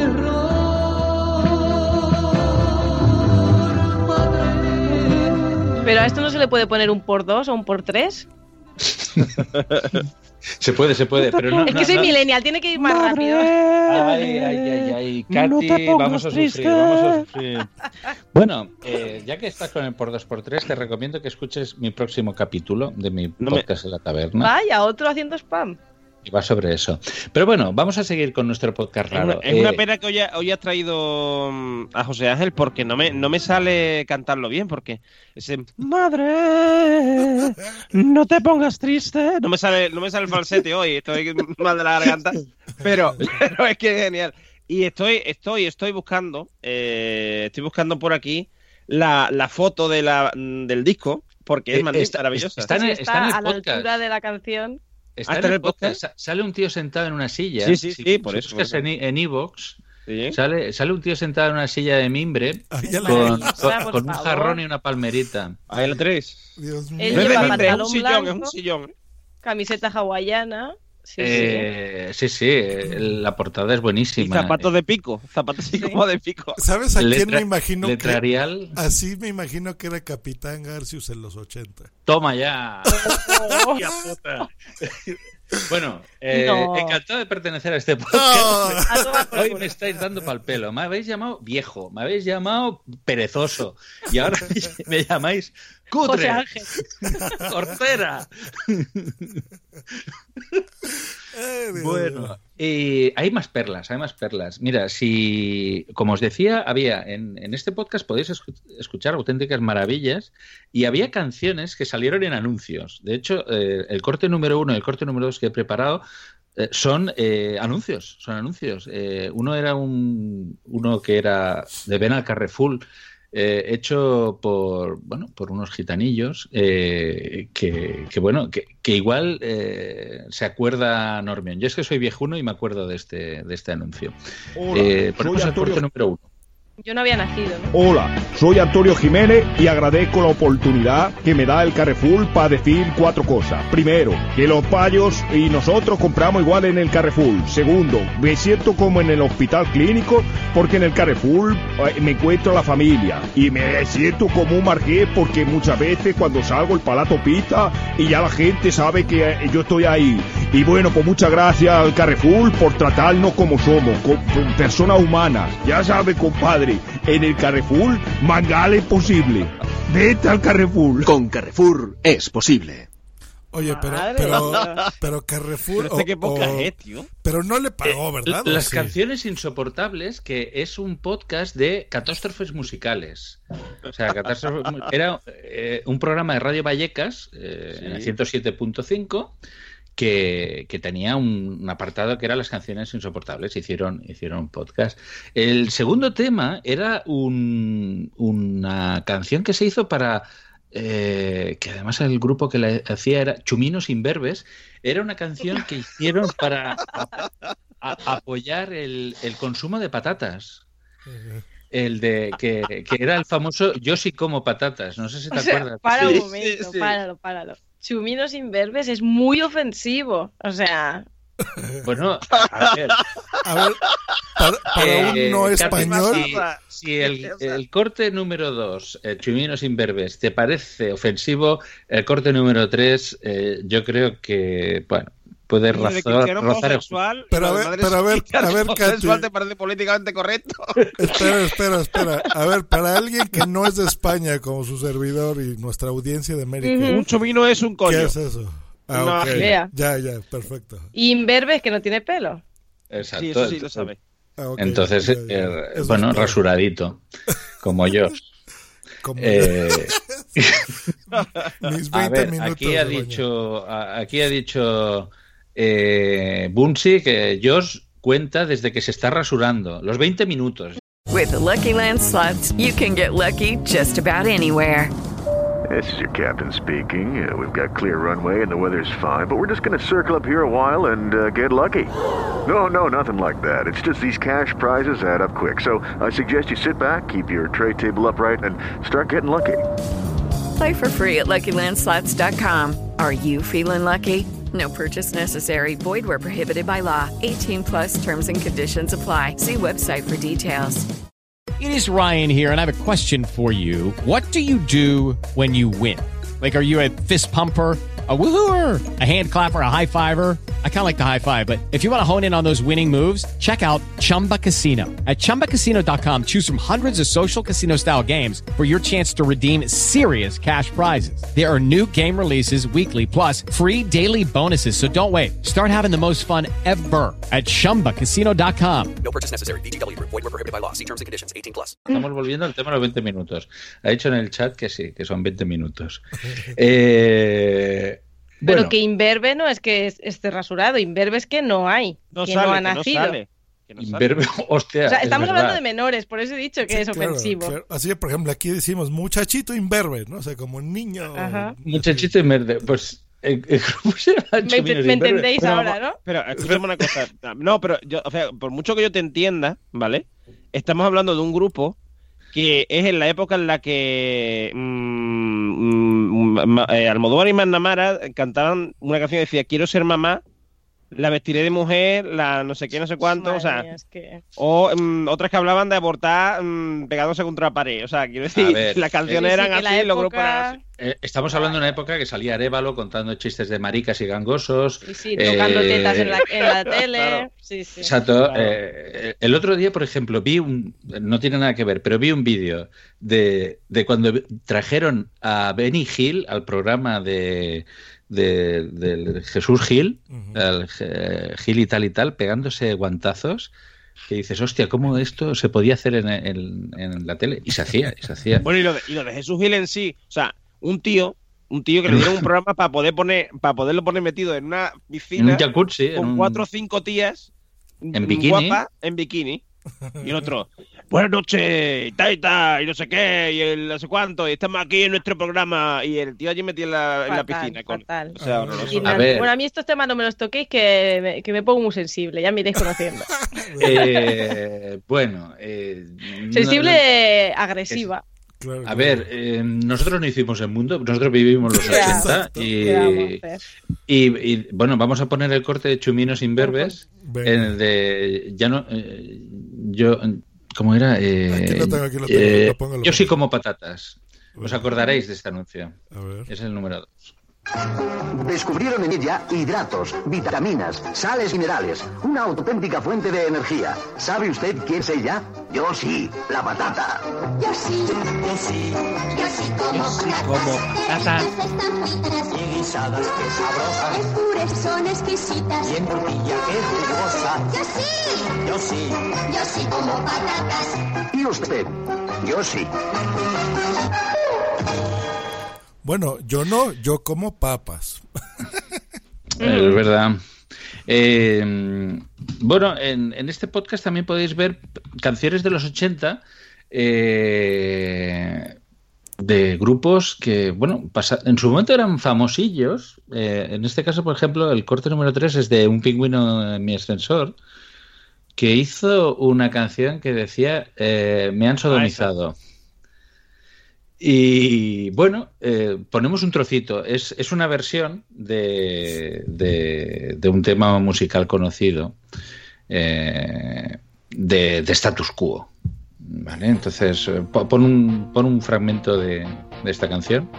error, madre. Pero a esto no se le puede poner un por 2 o un por 3. Se puede, pero no. Es que soy millennial, tiene que ir más rápido. Ay, Katy, vamos a sufrir. Bueno, ya que estás con el por 2x3, te recomiendo que escuches mi próximo capítulo de mi podcast en la taberna. Vaya, otro haciendo spam. Y va sobre eso. Pero bueno, vamos a seguir con nuestro podcast raro. Es una pena que hoy has traído a José Ángel porque no me sale cantarlo bien, porque ese madre, no te pongas triste. No me sale el falsete hoy, estoy mal de la garganta, pero es que es genial. Y estoy buscando por aquí la foto del disco, porque es maravillosa. Está en el a la podcast. altura de la canción. Está en el podcast. Sale un tío sentado en una silla. Sí, por eso. Buscas en iVoox, ¿sí? Sale un tío sentado en una silla de mimbre con un jarrón y una palmerita. Ahí la tenéis. Dios mío. Él lleva pantalón es blanco, un sillón. Camiseta hawaiana. Sí. La portada es buenísima. Y zapatos de pico, así como de pico. ¿Sabes a quién me imagino? Letrarial. Así me imagino que era Capitán Garcius en los 80. Toma ya. Puta. Bueno, encantado de pertenecer a este podcast. Hoy me estáis dando pa'l pelo. Me habéis llamado viejo, me habéis llamado perezoso y ahora me llamáis cutre. Cortera. Bueno, hay más perlas. Mira, si, como os decía, había en este podcast podéis escuchar auténticas maravillas y había canciones que salieron en anuncios. De hecho, el corte número 1 y el corte número 2 que he preparado son anuncios. Uno era uno que era de Ven al Carrefour, hecho por unos gitanillos que igual se acuerda Normion. Yo es que soy viejuno y me acuerdo de este anuncio. Ponemos el corte número 1. Yo no había nacido, ¿no? Hola, soy Antonio Jiménez y agradezco la oportunidad que me da el Carrefour para decir 4 cosas. Primero, que los payos y nosotros compramos igual en el Carrefour. Segundo, me siento como en el hospital clínico porque en el Carrefour me encuentro a la familia. Y me siento como un marqués porque muchas veces cuando salgo el palato pita y ya la gente sabe que yo estoy ahí. Y bueno, pues muchas gracias al Carrefour por tratarnos como somos, como personas humanas. Ya sabe, compadre, en el Carrefour, Mangal es posible. Vete al Carrefour. Con Carrefour es posible. Oye, pero Carrefour... Pero qué poca tío. Pero no le pagó, ¿verdad? Las sí? canciones insoportables, que es un podcast de catástrofes musicales. O sea, era un programa de Radio Vallecas, en el 107.5, que tenía un apartado que era las canciones insoportables. Hicieron un podcast. El segundo tema era una canción que se hizo para... que además el grupo que la hacía era Chuminos Imberbes. Era una canción que hicieron para apoyar el consumo de patatas. El de que era el famoso Yo sí como patatas. No sé si te acuerdas. Para un momento, páralo. Chuminos Imberbes es muy ofensivo. O sea... Bueno, a ver, para un no español... Si el corte número 2, Chuminos Imberbes, te parece ofensivo, el corte número 3, yo creo que, bueno, puede rozar el... Pero a ver, Katy, ¿te parece políticamente correcto? Espera. A ver, para alguien que no es de España, como su servidor y nuestra audiencia de América... Un chumino es un coño. ¿Qué es eso? No, okay. Ya, perfecto. Imberbes, que no tiene pelo. Exacto. Sí, eso sí lo sabe. Okay. Entonces, bueno, rasuradito, como yo. Mis 20 minutos. Aquí ha dicho Bunsi que Josh cuenta desde que se está rasurando, los 20 minutos. With the Lucky Land Slots, you can get lucky just about anywhere. This is your captain speaking. We've got clear runway and the weather's fine, but we're just going to circle up here a while and get lucky. No, nothing like that. It's just these cash prizes add up quick. So I suggest you sit back, keep your tray table upright, and start getting lucky. Play for free at LuckyLandSlots.com. Are you feeling lucky? No purchase necessary. Void where prohibited by law. 18 plus terms and conditions apply. See website for details. It is Ryan here, and I have a question for you. What do you do when you win? Like, are you a fist pumper, a woohooer, a hand clapper, a high fiver? I kind of like the high five, but if you want to hone in on those winning moves, check out Chumba Casino. At ChumbaCasino.com, choose from hundreds of social casino-style games for your chance to redeem serious cash prizes. There are new game releases weekly, plus free daily bonuses, so don't wait. Start having the most fun ever at ChumbaCasino.com. No purchase necessary. VGW Group. Void where prohibited by law. See terms and conditions. 18 plus. Estamos volviendo al tema de los 20 minutos. Ha dicho en el chat que sí, que son 20 minutos. Pero bueno, que imberbe no es que esté rasurado, imberbe es que no hay, no ha nacido. Imberbe, hostia, o sea, estamos es hablando de menores, por eso he dicho que es ofensivo. Claro. Así que, por ejemplo, aquí decimos muchachito imberbe, ¿no? O sea, como un niño. Ajá. Muchachito imberbe, pues... ¿Cómo se llama? Me entendéis ahora, ¿no? Pero escúchame una cosa. No, pero yo, o sea, por mucho que yo te entienda, ¿vale? Estamos hablando de un grupo que es en la época en la que Almodóvar y McNamara cantaban una canción que decía quiero ser mamá, la vestiré de mujer, la no sé qué, no sé cuánto, o sea, o otras que hablaban de abortar pegándose contra la pared, o sea, quiero decir, las canciones eran así, los grupos eran así. Estamos hablando de una época que salía Arévalo contando chistes de maricas y gangosos. Sí, tocando tetas en la tele. Claro. Sí. Exacto. Claro. El otro día, por ejemplo, no tiene nada que ver, pero vi un vídeo de cuando trajeron a Benny Hill al programa de Jesús Gil, Gil y tal, pegándose guantazos. Que dices, hostia, ¿cómo esto se podía hacer en la tele? Y se hacía. Bueno, y lo de Jesús Gil en sí, o sea, un tío que le dieron un programa para poderlo poner metido en una piscina un jacuzzi, con 4 o 5 tías en bikini. guapas en bikini. Y el otro, buenas noches, y tal, y no sé qué, y el no sé cuánto, y estamos aquí en nuestro programa. Y el tío allí metido en la piscina. Fatal. O sea, horroroso. Y bueno, a mí estos temas no me los toquéis, que me pongo muy sensible, ya me iréis conociendo. Bueno. Sensible, agresiva. Claro, a ver, nosotros no hicimos el mundo, nosotros vivimos los 80 y bueno, vamos a poner el corte de Chuminos Imberbes, en el de ya no yo ¿cómo era? Aquí lo tengo, yo sí como patatas. ¿Os acordaréis de este anuncio? A ver. Es el número 2. Descubrieron en ella hidratos, vitaminas, sales minerales, una auténtica fuente de energía. ¿Sabe usted quién es ella? Yo sí, la patata. Yo sí, yo sí, yo sí como patatas. Y guisadas que sabrosas. En purés son exquisitas. Y en tortilla que jugosa. Yo sí, yo sí, yo sí como patatas. ¿Y usted? Yo sí. Bueno, yo no, yo como papas. Es verdad. Bueno, en este podcast también podéis ver canciones de los 80 de grupos que, bueno, en su momento eran famosillos. En este caso, por ejemplo, el corte número 3 es de Un pingüino en mi ascensor, que hizo una canción que decía me han sodomizado. Y bueno, ponemos un trocito. Es una versión de un tema musical conocido de Status Quo. ¿Vale? Entonces, pon un fragmento de esta canción.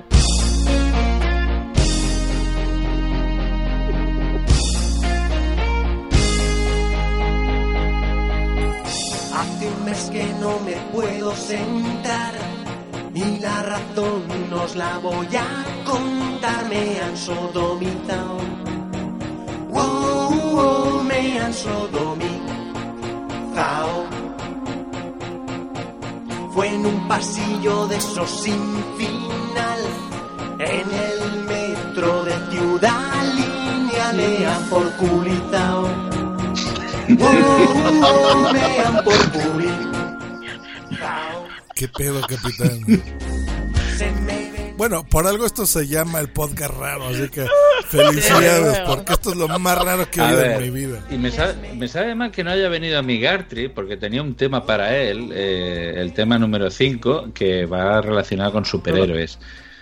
Hace un mes que no me puedo sentar. Y la razón nos la voy a contar. Me han sodomizado. Me han sodomizado. Fue en un pasillo de esos sin final. En el metro de Ciudad Lineal. Me han porculizado. Me han porculizado. ¿Qué pedo, capitán? Bueno, por algo esto se llama el podcast raro, así que felicidades, porque esto es lo más raro que he oído en mi vida. Y me sabe mal que no haya venido a mi Gartry, porque tenía un tema para él, el tema número 5, que va relacionado con superhéroes.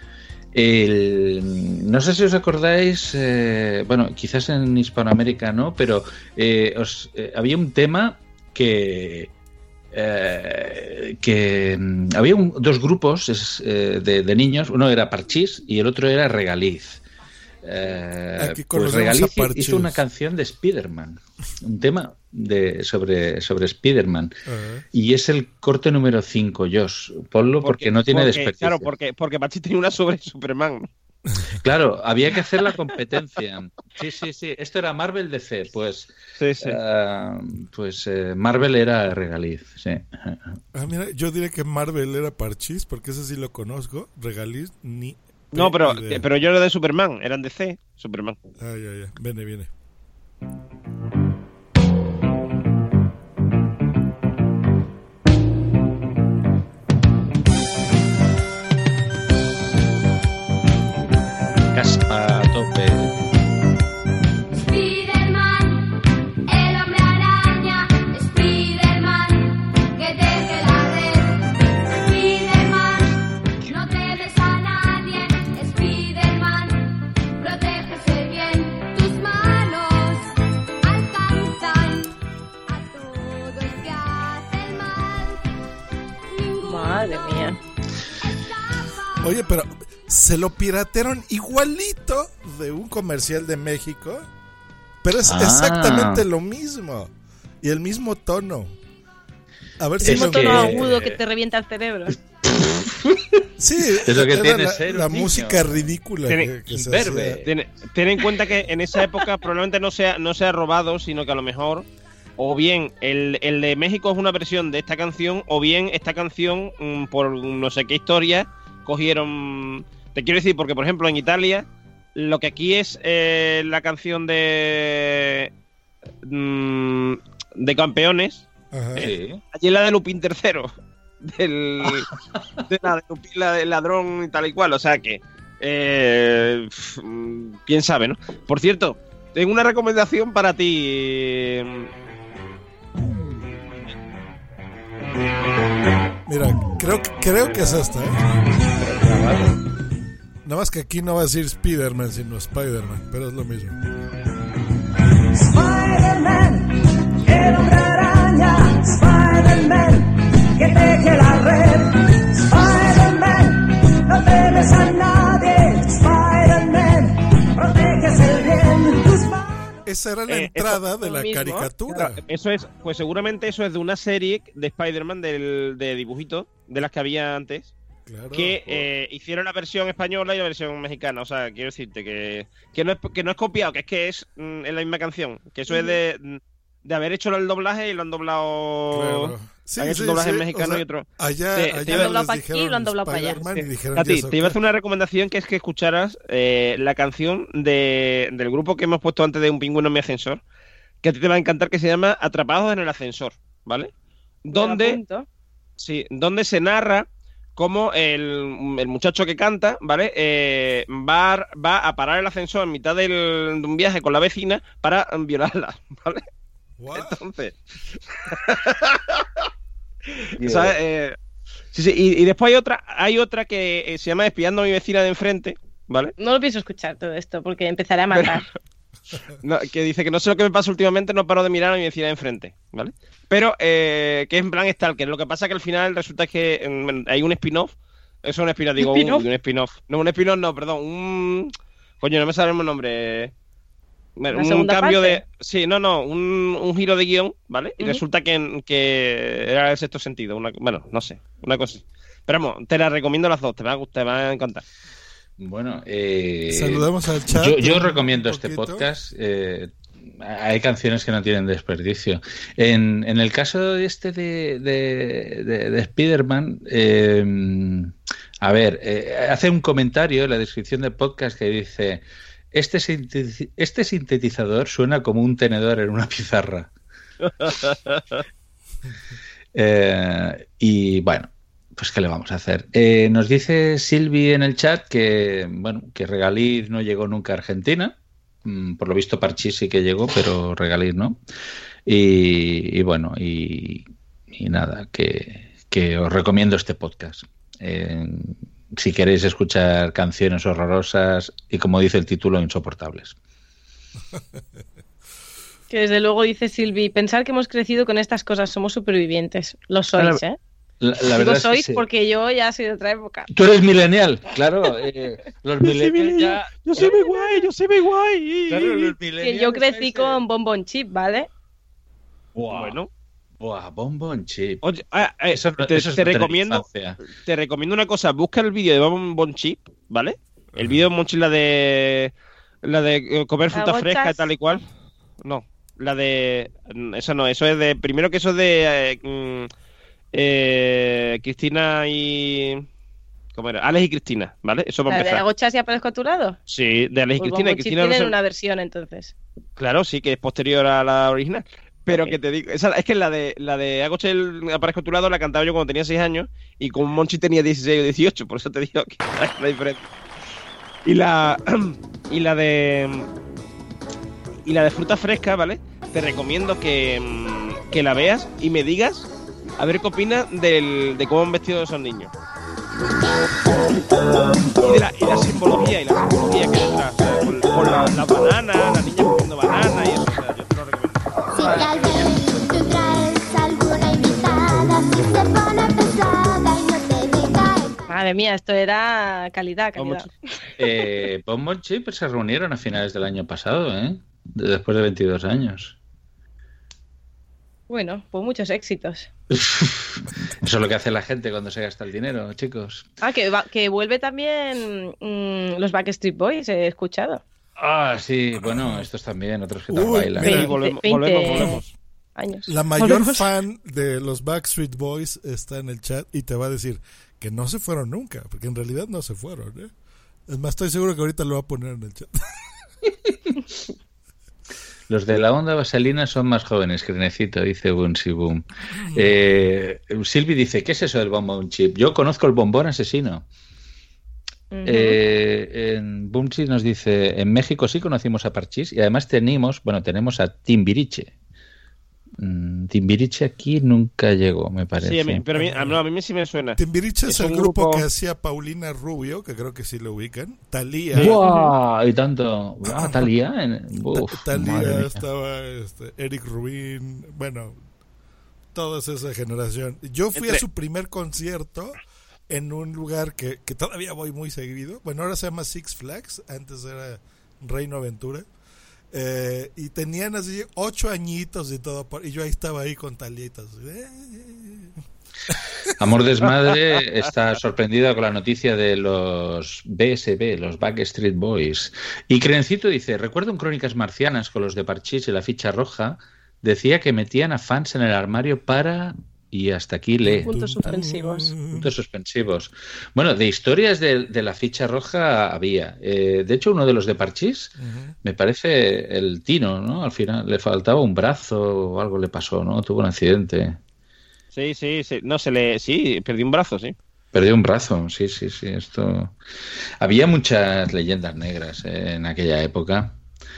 No sé si os acordáis, bueno, quizás en Hispanoamérica no, pero había un tema que había dos grupos de niños, uno era Parchís y el otro era Regaliz. Pues Regaliz hizo una canción de Spider-Man, un tema sobre Spider-Man, y es el corte número 5, Josh. Ponlo porque no tiene desperdicio. Claro, porque Parchís tenía una sobre Superman. Claro, había que hacer la competencia. Sí. Esto era Marvel DC, pues. Sí. Pues Marvel era Regaliz, sí. Mira, yo diría que Marvel era Parchís, porque ese sí lo conozco. Regaliz ni. No, pero yo era de Superman, eran DC, Superman. Ya. Viene. Caspa a tope. Spiderman, el hombre araña. Spiderman, que teje la red. Spiderman, no temes a nadie. Spiderman, protégese bien. Tus manos alcanzan a todos que hacen mal. Madre mía. Oye, pero se lo piratearon igualito de un comercial de México, pero es exactamente lo mismo y el mismo tono. A ver si el mismo tono agudo que te revienta el cerebro. Sí, es lo que tiene ser la música ridícula que se hacía. Ten en cuenta que en esa época probablemente no sea robado, sino que a lo mejor o bien el de México es una versión de esta canción, o bien esta canción por no sé qué historia cogieron. Te quiero decir, porque por ejemplo en Italia lo que aquí es la canción de Campeones, Ajá. Sí. Allí es la de Lupin III. De la de Lupin, la del ladrón y tal y cual. O sea que... quién sabe, ¿no? Por cierto, tengo una recomendación para ti. Mira, creo que es esta, ¿eh? Nada más que aquí no va a decir Spider-Man, sino Spider-Man, pero es lo mismo. Spider-Man, el hombre araña, Spider-Man, que teje la red, Spider-Man, no temes a nadie, Spider-Man, proteges el bien, tus Esa era la entrada de la mismo, caricatura. Claro, eso es, pues seguramente eso es de una serie de Spider-Man de dibujitos, de las que había antes. Claro. Que hicieron la versión española y la versión mexicana. O sea, quiero decirte que no es copiado, que es la misma canción. Que eso es de haber hecho el doblaje y lo han doblado. Claro. Han hecho un doblaje mexicano, o sea, y otro. Allá lo han doblado para aquí y lo han doblado para allá. Y dijeron, A ti, "Yes, te iba a okay". hacer una recomendación, que es que escucharas la canción del grupo que hemos puesto antes de Un pingüino en mi ascensor, que a ti te va a encantar, que se llama Atrapados en el ascensor, ¿vale? Donde se narra cómo el muchacho que canta, ¿vale? Va a parar el ascensor en mitad de un viaje con la vecina para violarla, ¿vale? Entonces... ¿sabes? Sí, y después hay otra que se llama Espiando a mi vecina de enfrente, ¿vale? No lo pienso escuchar todo esto porque empezaré a matar. No, que dice que no sé lo que me pasa últimamente, no paro de mirar a mi vecina de enfrente, ¿vale? Pero que es en plan Stalker. Lo que pasa es que al final resulta que hay un spin-off. Eso es un spin-off, digo, un spin-off. No, un spin-off no, perdón. Coño, no me sale el nombre. Un cambio parte? Sí, un giro de guión, ¿vale? Y resulta que era el sexto sentido. Bueno, no sé, una cosa así. Pero vamos, te la recomiendo las dos, te va a encantar. Bueno, saludamos al chat. Yo recomiendo este podcast. Hay canciones que no tienen desperdicio. En el caso este de Spider-Man, hace un comentario en la descripción del podcast que dice: este sintetizador suena como un tenedor en una pizarra. Y bueno, pues ¿qué le vamos a hacer? Nos dice Silvi en el chat que Regaliz no llegó nunca a Argentina. Por lo visto Parchís sí que llegó, pero Regaliz no. Y bueno, y nada, que os recomiendo este podcast. Si queréis escuchar canciones horrorosas y, como dice el título, insoportables. Que desde luego dice Silvi, pensar que hemos crecido con estas cosas, somos supervivientes. Lo sois, ¿eh? La verdad sois es que sí. Porque yo ya soy de otra época. Tú eres millennial, claro. Los millennials ya... Yo soy muy guay. Claro, los Que yo crecí con Bon Bon Chip, ¿vale? Wow. Bueno. Buah, Bon Bon Chip. Oye, te recomiendo una cosa. Busca el vídeo de Bon Bon Chip, ¿vale? El vídeo de Bon Chip, la de comer fruta fresca y tal y cual. No, la de... Eso no, eso es de... Primero que eso es de... Cristina y... ¿Cómo era? Alex y Cristina, ¿vale? Eso va a empezar. ¿De Agochas y aparezco a tu lado? Sí, de Alex y Pues Cristina. Bon Bon Chip tienen una versión, entonces. Claro, sí, que es posterior a la original. Pero que te digo, es que la de Agochel aparezco a tu lado la cantaba yo cuando tenía 6 años y con Monchi tenía 16 o 18, por eso te digo que hay una diferencia. Y la de fruta fresca, ¿vale? Te recomiendo que la veas y me digas a ver qué opinas de cómo han vestido esos niños. Y la simbología que hay detrás, con la banana, la niña comiendo banana y eso, o sea, yo te lo recomiendo. Si tal vez tú traes alguna invitada, si se pone pesada y no te deja. Madre mía, esto era calidad. Bon Bon Chip se reunieron a finales del año pasado, después de 22 años. Bueno, pues muchos éxitos. Eso es lo que hace la gente cuando se gasta el dinero, chicos. Que vuelve también los Backstreet Boys, he escuchado. Ah, sí, bueno, estos también, otros que tal bailan. Sí, volvemos. Años. La mayor fan de los Backstreet Boys está en el chat y te va a decir que no se fueron nunca, porque en realidad no se fueron, Es más, estoy seguro que ahorita lo va a poner en el chat. Los de la onda vaselina son más jóvenes, Crenecito, dice Bunsi Boom. Silvi dice, ¿qué es eso del bombón chip? Yo conozco el bombón asesino. En Bunsi nos dice, en México sí conocimos a Parchís y además tenemos a Timbiriche. Timbiriche aquí nunca llegó, me parece. Sí, a mí sí me suena. Timbiriche es el grupo que hacía Paulina Rubio, que creo que sí lo ubican. Thalía. ¡Wow! Y tanto. Thalía. Thalía estaba Eric Rubin. Bueno, toda esa generación. Yo fui a su primer concierto en un lugar que todavía voy muy seguido. Bueno, ahora se llama Six Flags. Antes era Reino Aventura. Y tenían así 8 añitos y todo, y yo ahí estaba ahí con Talitas. Amor Desmadre está sorprendida con la noticia de los BSB, los Backstreet Boys. Y Crencito dice, recuerdo en Crónicas Marcianas con los de Parchís y la ficha roja, decía que metían a fans en el armario para... Y hasta aquí lee. Puntos suspensivos. Puntos suspensivos. Bueno, de historias de la ficha roja había. De hecho, uno de los de Parchís, me parece el Tino, ¿no? Al final le faltaba un brazo o algo le pasó, ¿no? Tuvo un accidente. Sí. No, perdió un brazo, sí. Perdió un brazo, sí. Esto... Había muchas leyendas negras en aquella época.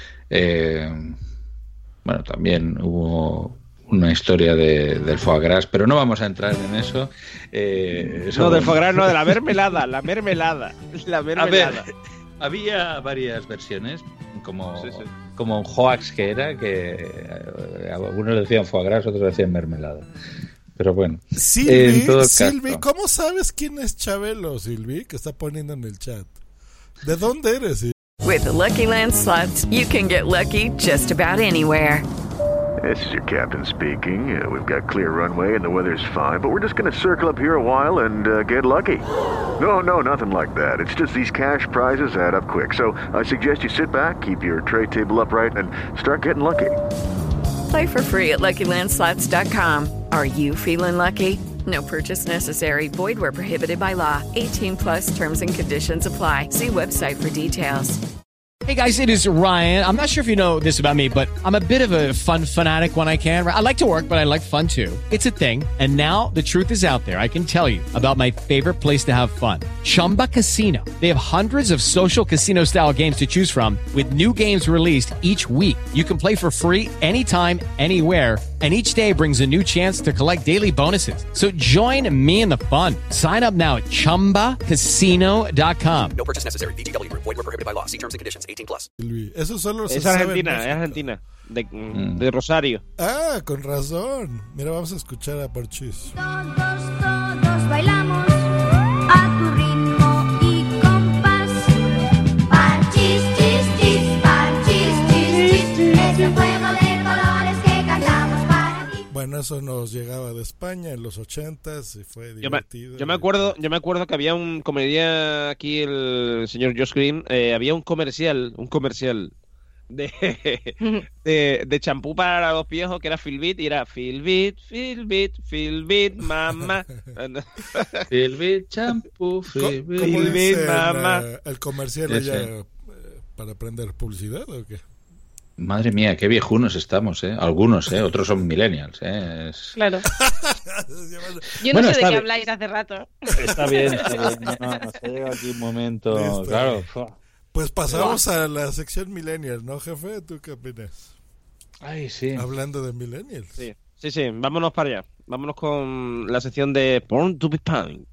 Bueno, también hubo... una historia del foie gras, pero no vamos a entrar en eso. No, del foie gras, no, de la mermelada. La mermelada. A ver, había varias versiones, como un hoax que era, que algunos le decían foie gras, otros le decían mermelada. Pero bueno. Silvi, ¿cómo sabes quién es Chabelo, Silvi? Que está poniendo en el chat. ¿De dónde eres, Silvi? With the Lucky Land Slots, you can get lucky just about anywhere. This is your captain speaking. We've got clear runway and the weather's fine, but we're just going to circle up here a while and get lucky. No, nothing like that. It's just these cash prizes add up quick. So I suggest you sit back, keep your tray table upright, and start getting lucky. Play for free at LuckyLandSlots.com. Are you feeling lucky? No purchase necessary. Void where prohibited by law. 18 plus terms and conditions apply. See website for details. Hey guys, it is Ryan. I'm not sure if you know this about me, but I'm a bit of a fun fanatic when I can. I like to work, but I like fun too. It's a thing. And now the truth is out there. I can tell you about my favorite place to have fun. Chumba Casino. They have hundreds of social casino style games to choose from with new games released each week. You can play for free anytime, anywhere. And each day brings a new chance to collect daily bonuses. So join me in the fun. Sign up now at ChumbaCasino.com. No purchase necessary. VGW Group. Void where prohibited by law. See terms and conditions. 18+. Eso solo es Argentina. De Rosario. Ah, con razón. Mira, vamos a escuchar a Parchís. Todos bailamos a tu ritmo y compás. Parchís, chis, chis, parchís, chis, chis. Es un juego de colores que cantamos para ti. Bueno, eso nos llegaba de España en los 80s y fue divertido. Yo me acuerdo que había como diría aquí el señor Josh Green, había un comercial de champú para los viejos que era Filbit y era Filbit, mamá. Filbit, champú, Filbit, mamá. ¿El comercial allá para aprender publicidad o qué? Madre mía, qué viejunos estamos, ¿eh? Algunos, otros son millennials, Claro. Yo no sé de qué habláis hace rato. Está bien. No, nos ha llegado aquí un momento, listo. Claro. Pues pasamos a la sección millennials, ¿no, jefe? ¿Tú qué opinas? Ay, sí. Hablando de millennials. Sí, vámonos para allá. Vámonos con la sección de Born to be Punk.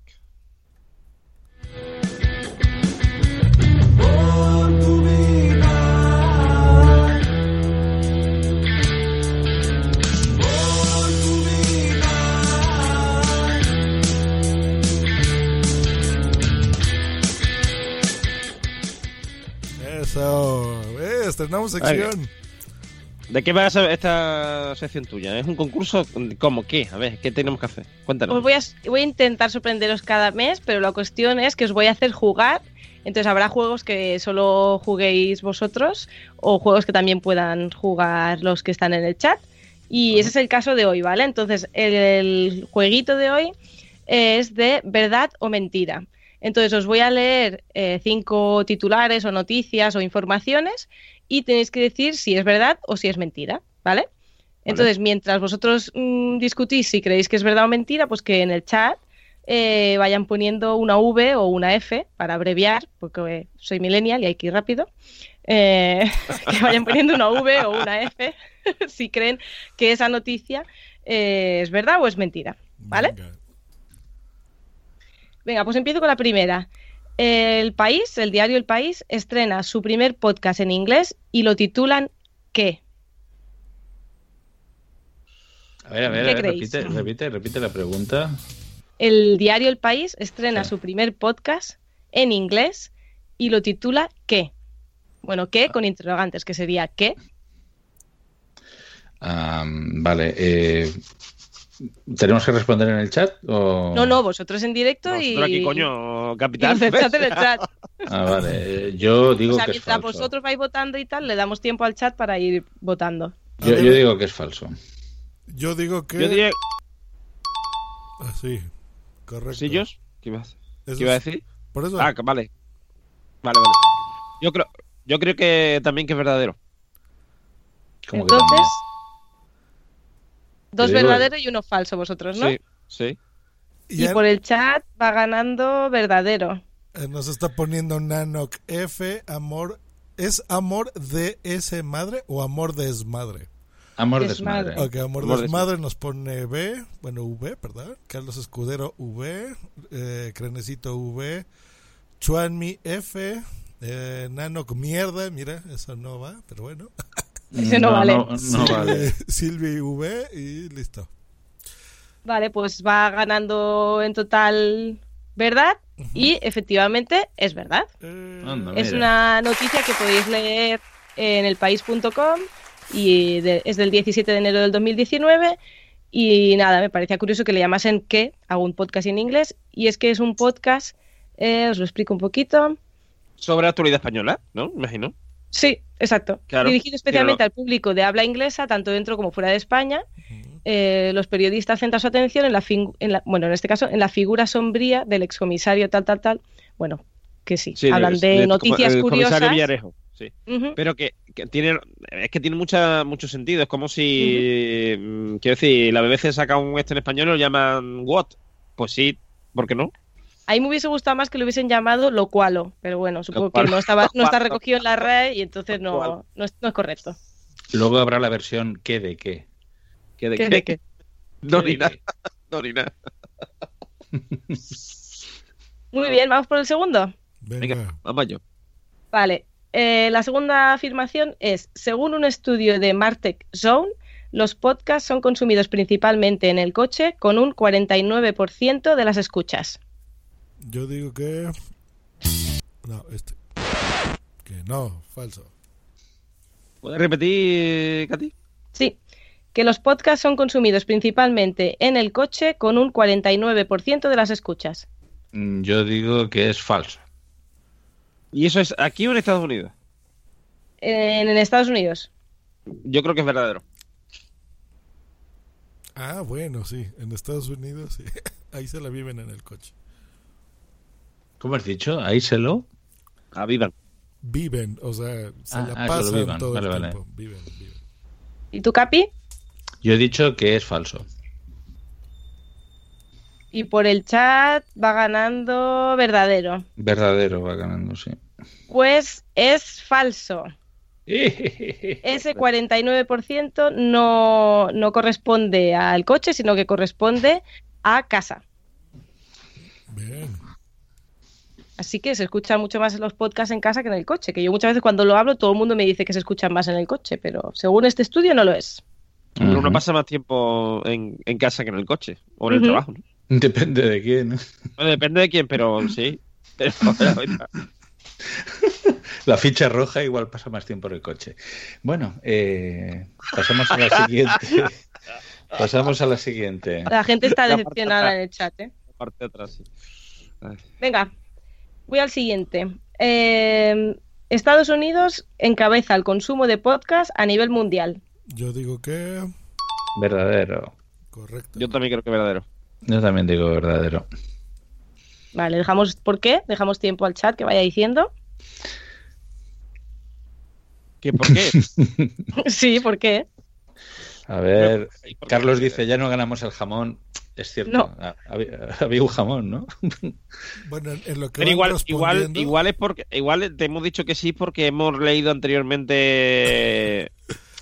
Eso, estrenamos sección. ¿De qué va a ser esta sección tuya? ¿Es un concurso? ¿Cómo? ¿Qué? A ver, ¿qué tenemos que hacer? Cuéntanos. Pues voy a intentar sorprenderos cada mes, pero la cuestión es que os voy a hacer jugar. Entonces habrá juegos que solo juguéis vosotros o juegos que también puedan jugar los que están en el chat. Y ese es el caso de hoy, ¿vale? Entonces el jueguito de hoy es de verdad o mentira. Entonces os voy a leer 5 titulares o noticias o informaciones y tenéis que decir si es verdad o si es mentira, ¿vale? Entonces, mientras vosotros discutís si creéis que es verdad o mentira, pues que en el chat vayan poniendo una V o una F para abreviar, porque soy millennial y hay que ir rápido. Que vayan poniendo una V o una F si creen que esa noticia es verdad o es mentira, ¿vale? Venga, pues empiezo con la primera. El diario El País, estrena su primer podcast en inglés y lo titulan ¿qué? A ver, repite la pregunta. El diario El País estrena su primer podcast en inglés y lo titula ¿qué? Bueno, ¿qué? Con interrogantes, que sería ¿qué? Vale. ¿Tenemos que responder en el chat? O... No, vosotros en directo y... Pero aquí, coño, capitán. En el chat. Vale. Yo digo que es mientras falso. vosotros vais votando y tal, le damos tiempo al chat para ir votando. Yo digo que es falso. Yo digo que... Yo diría... sí, correcto. ¿Sillos? ¿Qué iba a decir? Por eso... Vale. Yo creo que también que es verdadero. ¿Cómo Entonces, que también? dos verdaderos y uno falso vosotros, ¿no? Sí. Y por el chat va ganando verdadero. Nos está poniendo Nanok F, amor. ¿Es amor de ese madre o amor de esmadre? Amor de esmadre. Ok, amor de esmadre nos pone V, bueno, V, ¿verdad? Carlos Escudero V, Crenecito V, Chuanmi F, Nanok mierda, mira, eso no va, pero bueno. Ese no vale. No vale. Silvi V y listo. Vale, pues va ganando en total verdad y efectivamente es verdad. Es una noticia que podéis leer en elpaís.com y es del 17 de enero del 2019 y nada, me parecía curioso que le llamasen ¿qué? Hago un podcast en inglés y es que es un podcast, os lo explico un poquito. Sobre actualidad española, ¿no? Imagino. Sí, exacto. Claro, dirigido especialmente al público de habla inglesa, tanto dentro como fuera de España. Los periodistas centran su atención en en este caso, en la figura sombría del excomisario tal. Bueno, que sí hablan de noticias curiosas. Comisario Villarejo, sí. Pero que tiene mucho sentido. Es como si, quiero decir, la BBC saca un en español y lo llaman What. Pues sí, ¿por qué no? A mí me hubiese gustado más que lo hubiesen llamado Lo Cualo, pero bueno, supongo que no está recogido en la RAE y entonces no es correcto. Luego habrá la versión ¿qué de qué? ¿Qué de qué? No ni nada. Muy bien, ¿vamos por el segundo? Venga, vamos yo. Vale, la segunda afirmación es, según un estudio de Martech Zone, los podcasts son consumidos principalmente en el coche con un 49% de las escuchas. Yo digo que... No, que no, falso. ¿Puedes repetir, Katy? Sí, que los podcasts son consumidos principalmente en el coche con un 49% de las escuchas. Yo digo que es falso. ¿Y eso es aquí o en Estados Unidos? En Estados Unidos. Yo creo que es verdadero. Ah, bueno, sí, en Estados Unidos sí. Ahí se la viven en el coche. ¿Cómo has dicho? ¿Ahí se lo? Vivan. Viven, o sea, se la pasan todo el tiempo. Viven. ¿Y tú, Capi? Yo he dicho que es falso. Y por el chat va ganando verdadero. Verdadero va ganando, sí. Pues es falso. Ese 49% no corresponde al coche, sino que corresponde a casa. Bien. Así que se escuchan mucho más los podcasts en casa que en el coche, que yo muchas veces cuando lo hablo todo el mundo me dice que se escuchan más en el coche, pero según este estudio no lo es. Pero uno pasa más tiempo en casa que en el coche o en el trabajo, ¿no? Depende de quién, ¿no? Bueno, depende de quién, pero sí. La ficha roja igual pasa más tiempo en el coche. Bueno, pasamos a la siguiente. Pasamos a la siguiente. La gente está decepcionada en el chat, ¿eh? La parte de atrás, sí. Venga, voy al siguiente. Estados Unidos encabeza el consumo de podcast a nivel mundial. Yo digo que... Verdadero. Correcto. Yo también creo que verdadero. Yo también digo verdadero. Vale, dejamos... ¿Por qué? Dejamos tiempo al chat que vaya diciendo. ¿Qué, ¿Por qué? Sí, ¿por qué? A ver, Carlos dice, ya no ganamos el jamón. Es cierto, No. había un jamón, ¿no? Bueno, en lo que Pero van igual es porque igual te hemos dicho que sí porque hemos leído anteriormente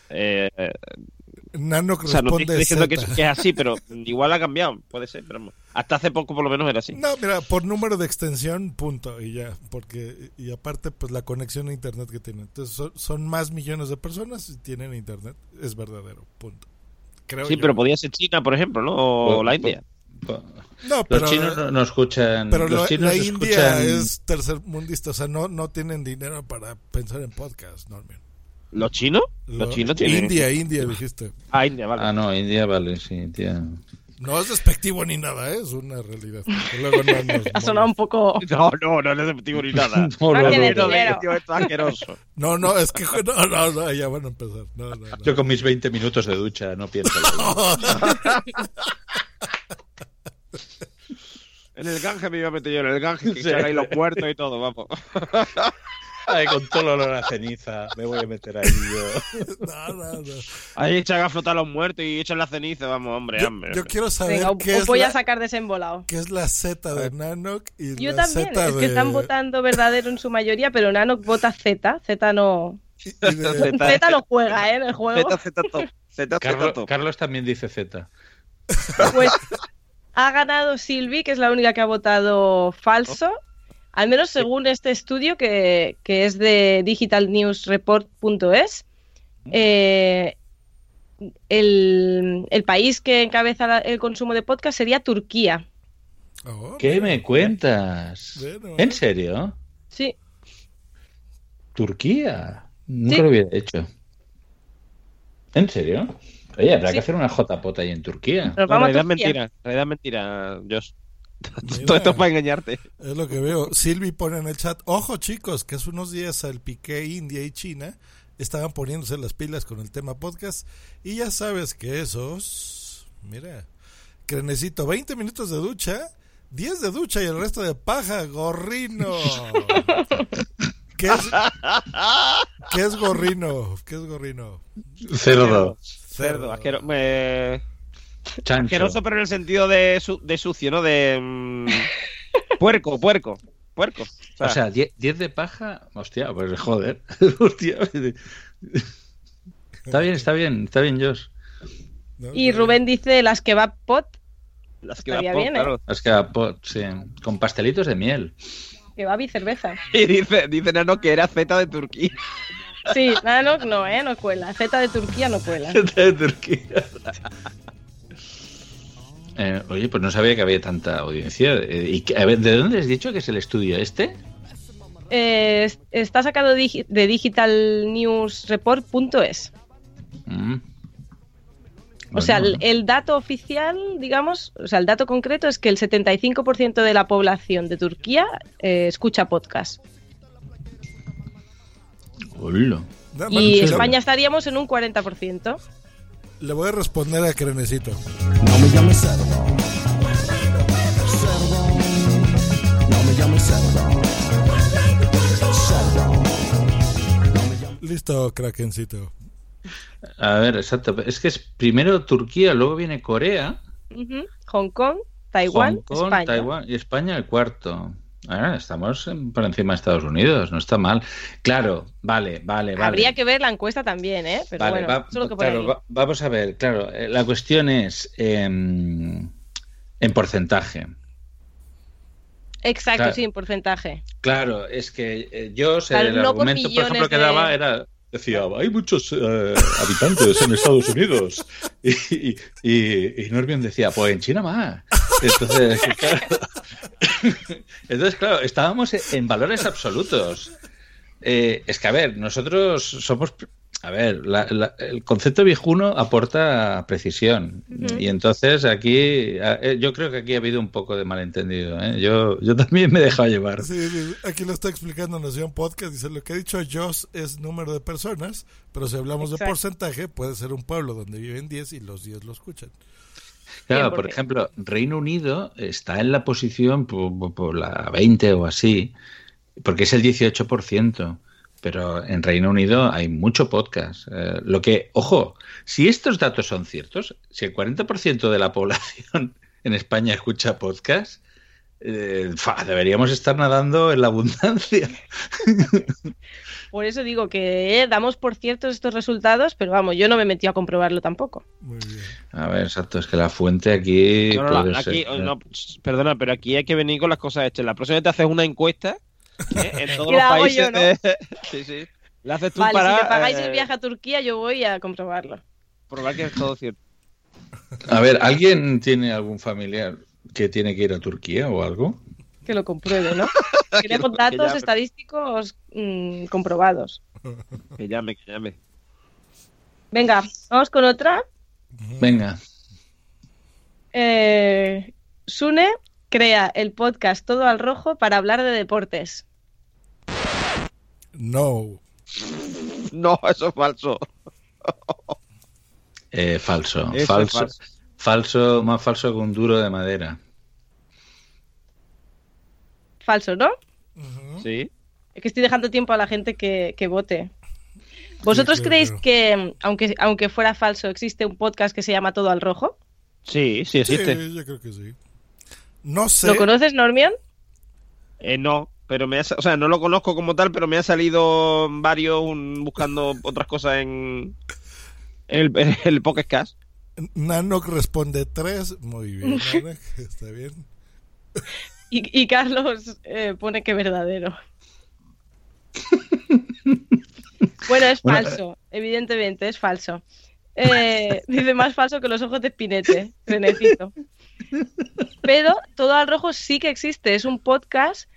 Nano o sea, no estoy responde diciendo Z. que es así, pero igual ha cambiado, puede ser, pero hasta hace poco por lo menos era así. No, mira, por número de extensión, punto, y ya, porque, y aparte, pues la conexión a internet que tienen. Entonces, son más millones de personas y tienen internet, es verdadero, punto. Creo sí, yo. pero podía ser China, por ejemplo, ¿no? O la India. No, pero, los chinos no escuchan. Pero los chinos la India escuchan... es tercermundista, o sea, no tienen dinero para pensar en podcast, Norman. ¿Los chinos? Los chinos tienen... India, dijiste. Ah, India, vale. Ah, no, India, vale, sí, tía. No es despectivo ni nada, es una realidad. Luego Ha sonado un poco... No es despectivo ni nada. No tiene dinero. Tío, esto es asqueroso. No, es que no, ya van a empezar. No. Yo con mis 20 minutos de ducha no pienso. En el Ganges me iba a meter yo, en el Ganges, que echan ahí los muertos y todo, vamos. Ay, con todo el olor a ceniza, me voy a meter ahí yo. No. Ahí echan a flotar los muertos y echan la ceniza, vamos, hombre, hombre. Yo quiero saber Venga, qué os es voy la, a sacar desembolado. qué es la Z de Nanoc y Yo la también, Z es de... que están votando verdadero en su mayoría, pero Nanoc vota Z. Z no... y de- Z no juega, en el juego. Z top. Z top. Carlos también dice Z. Pues ha ganado Silvi, que es la única que ha votado falso. Al menos según este estudio que es de digitalnewsreport.es. El país que encabeza el consumo de podcast sería Turquía. ¿Qué me cuentas? Bueno, ¿En serio? Sí. ¿Turquía? Nunca Sí. lo hubiera hecho. ¿En serio? Oye, habrá Sí. que hacer una JPOT ahí en Turquía. Nos No, vamos en a realidad es Turquía. mentira, en realidad es mentira, Josh. Mira. Todo esto es para engañarte. Es lo que veo. Silvi pone en el chat, ojo chicos, que hace unos días al Piqué India y China estaban poniéndose las pilas con el tema podcast y ya sabes que esos, mira, Crenecito, 20 minutos de ducha, 10 de ducha y el resto de paja, gorrino. ¿Qué es gorrino? ¿Qué es gorrino? Cerdo, asqueroso. Chancho. Asqueroso, pero en el sentido de sucio, ¿no? De puerco. O sea, 10 de paja, hostia, pues joder. Hostia. Está bien, Josh. Y Rubén dice las kebab pot. Las que Estaría va por, bien, claro. Es que sí, con pastelitos de miel. Kebab y cerveza. Y dice Nano que era Z de Turquía. Sí, Nanoc no, no cuela. Z de Turquía no cuela. De Turquía. Oye, pues no sabía que había tanta audiencia. A ver, ¿de dónde has dicho que es el estudio este? Está sacado de digitalnewsreport.es. O sea, el dato oficial, digamos, o sea, el dato concreto es que el 75% de la población de Turquía escucha podcast. Hola. Y España estaríamos en un 40%. Le voy a responder a Crenecito. No me llames cerdo. Cerdo. No me llames cerdo. Cerdo. Listo, Krakencito. A ver, exacto. Es que es primero Turquía, luego viene Corea, Hong Kong, Taiwán, Hong Kong, España. Taiwán y España el cuarto. Estamos por encima de Estados Unidos, no está mal. Claro, vale. Habría que ver la encuesta también, ¿eh? Pero Vale, bueno, eso es lo que pone claro, ahí. vamos a ver, claro, la cuestión es en porcentaje. Exacto, Claro. sí, en porcentaje. Claro, es que yo sé, Claro, el no por argumento, por ejemplo, millones que daba era... Decía, hay muchos habitantes en Estados Unidos. Y Norbion decía, pues en China más. Entonces, claro, estábamos en valores absolutos. Es que, a ver, nosotros somos... A ver, el concepto viejuno aporta precisión. Y entonces aquí, yo creo que aquí ha habido un poco de malentendido. Yo también me he dejado llevar. Sí, aquí lo está explicando Nación Podcast. Dice, lo que ha dicho Josh es número de personas, pero si hablamos de porcentaje, puede ser un pueblo donde viven 10 y los 10 lo escuchan. Claro, por ejemplo, Reino Unido está en la posición por la 20 o así, porque es el 18%. Pero en Reino Unido hay mucho podcast. Ojo, si estos datos son ciertos, si el 40% de la población en España escucha podcast, deberíamos estar nadando en la abundancia. Por eso digo que damos por ciertos estos resultados, pero vamos, yo no me metí a comprobarlo tampoco. Muy bien. A ver, exacto, es que la fuente aquí... Perdona, pero aquí hay que venir con las cosas hechas. La próxima vez te haces una encuesta en todos Y los la hago países. yo, ¿no? Sí. La haces tú Vale, para si me pagáis el viaje a Turquía, yo voy a comprobarlo. probar que es todo cierto. A ver, ¿alguien tiene algún familiar que tiene que ir a Turquía o algo? Que lo compruebe, ¿no? Queremos datos estadísticos comprobados. Que llame. Venga, vamos con otra. Venga. Sune crea el podcast Todo al Rojo para hablar de deportes. No. No, eso es falso. Falso. Eso Falso. es Falso, más falso que un duro de madera. Falso, ¿no? Sí. Es que estoy dejando tiempo a la gente que vote. ¿Vosotros Sí, creéis claro. que, aunque fuera falso, existe un podcast que se llama Todo al Rojo? Sí existe. Sí, yo creo que sí. No sé. ¿Lo conoces, Normion? No, pero no lo conozco como tal, pero me ha salido varios buscando otras cosas en el Pocket Cast. Nanoc responde 3. Muy bien, Nanoc, está bien. Y Carlos pone que verdadero. Bueno, es falso. Evidentemente, es falso. Dice más falso que los ojos de Spinete. Renecito. Pero Todo al Rojo sí que existe. Es un podcast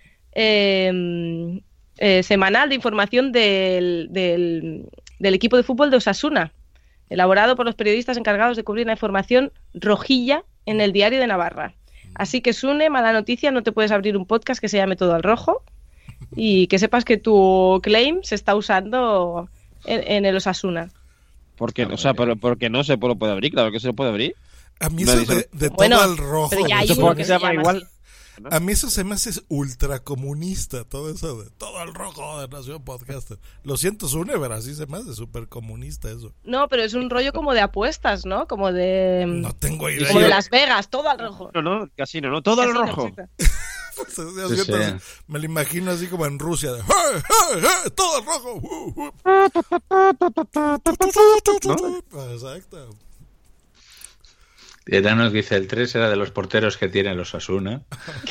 semanal de información del equipo de fútbol de Osasuna, elaborado por los periodistas encargados de cubrir la información rojilla en el Diario de Navarra. Así que, Sune, mala noticia, no te puedes abrir un podcast que se llame Todo al Rojo y que sepas que tu claim se está usando en el Osasuna. ¿Por qué no? O sea, porque no se lo puede abrir, claro que se lo puede abrir. A mí eso de Bueno, Todo al Rojo. pero ya hay Eso uno porque que se llama llama igual. así. A mí eso se me hace ultracomunista, todo eso de Todo al Rojo de Nación Podcaster. Lo siento, Sune, pero así se me hace súper comunista eso. No, pero es un rollo como de apuestas, ¿no? Como de... No tengo idea. Como de Las Vegas, Todo al Rojo. No, casino, no, Todo al Casino, Rojo. exacto. Sí. Me lo imagino así como en Rusia. De, Todo al Rojo. Exacto. Nanoc dice, el 3 era de los porteros que tiene los Osasuna.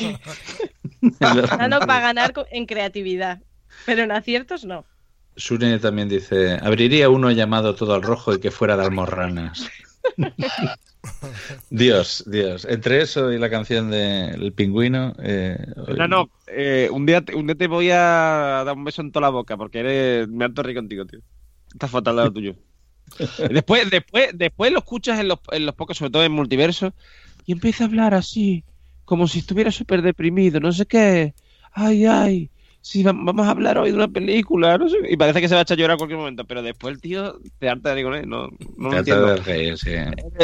No, para ganar en creatividad. Pero en aciertos no. Sune también dice, abriría uno llamado Todo al Rojo y que fuera de almorranas. Dios. Entre eso y la canción del pingüino... un día te voy a dar un beso en toda la boca porque me harto reír contigo, tío. Estás fatal de lo tuyo. Después lo escuchas en los podcasts, sobre todo en Multiverso, y empieza a hablar así, como si estuviera súper deprimido, no sé qué. Ay, sí, vamos a hablar hoy de una película, no sé. Y parece que se va a echar a llorar a cualquier momento, pero después el tío te harta de reír, no lo entiendo. De reír, sí.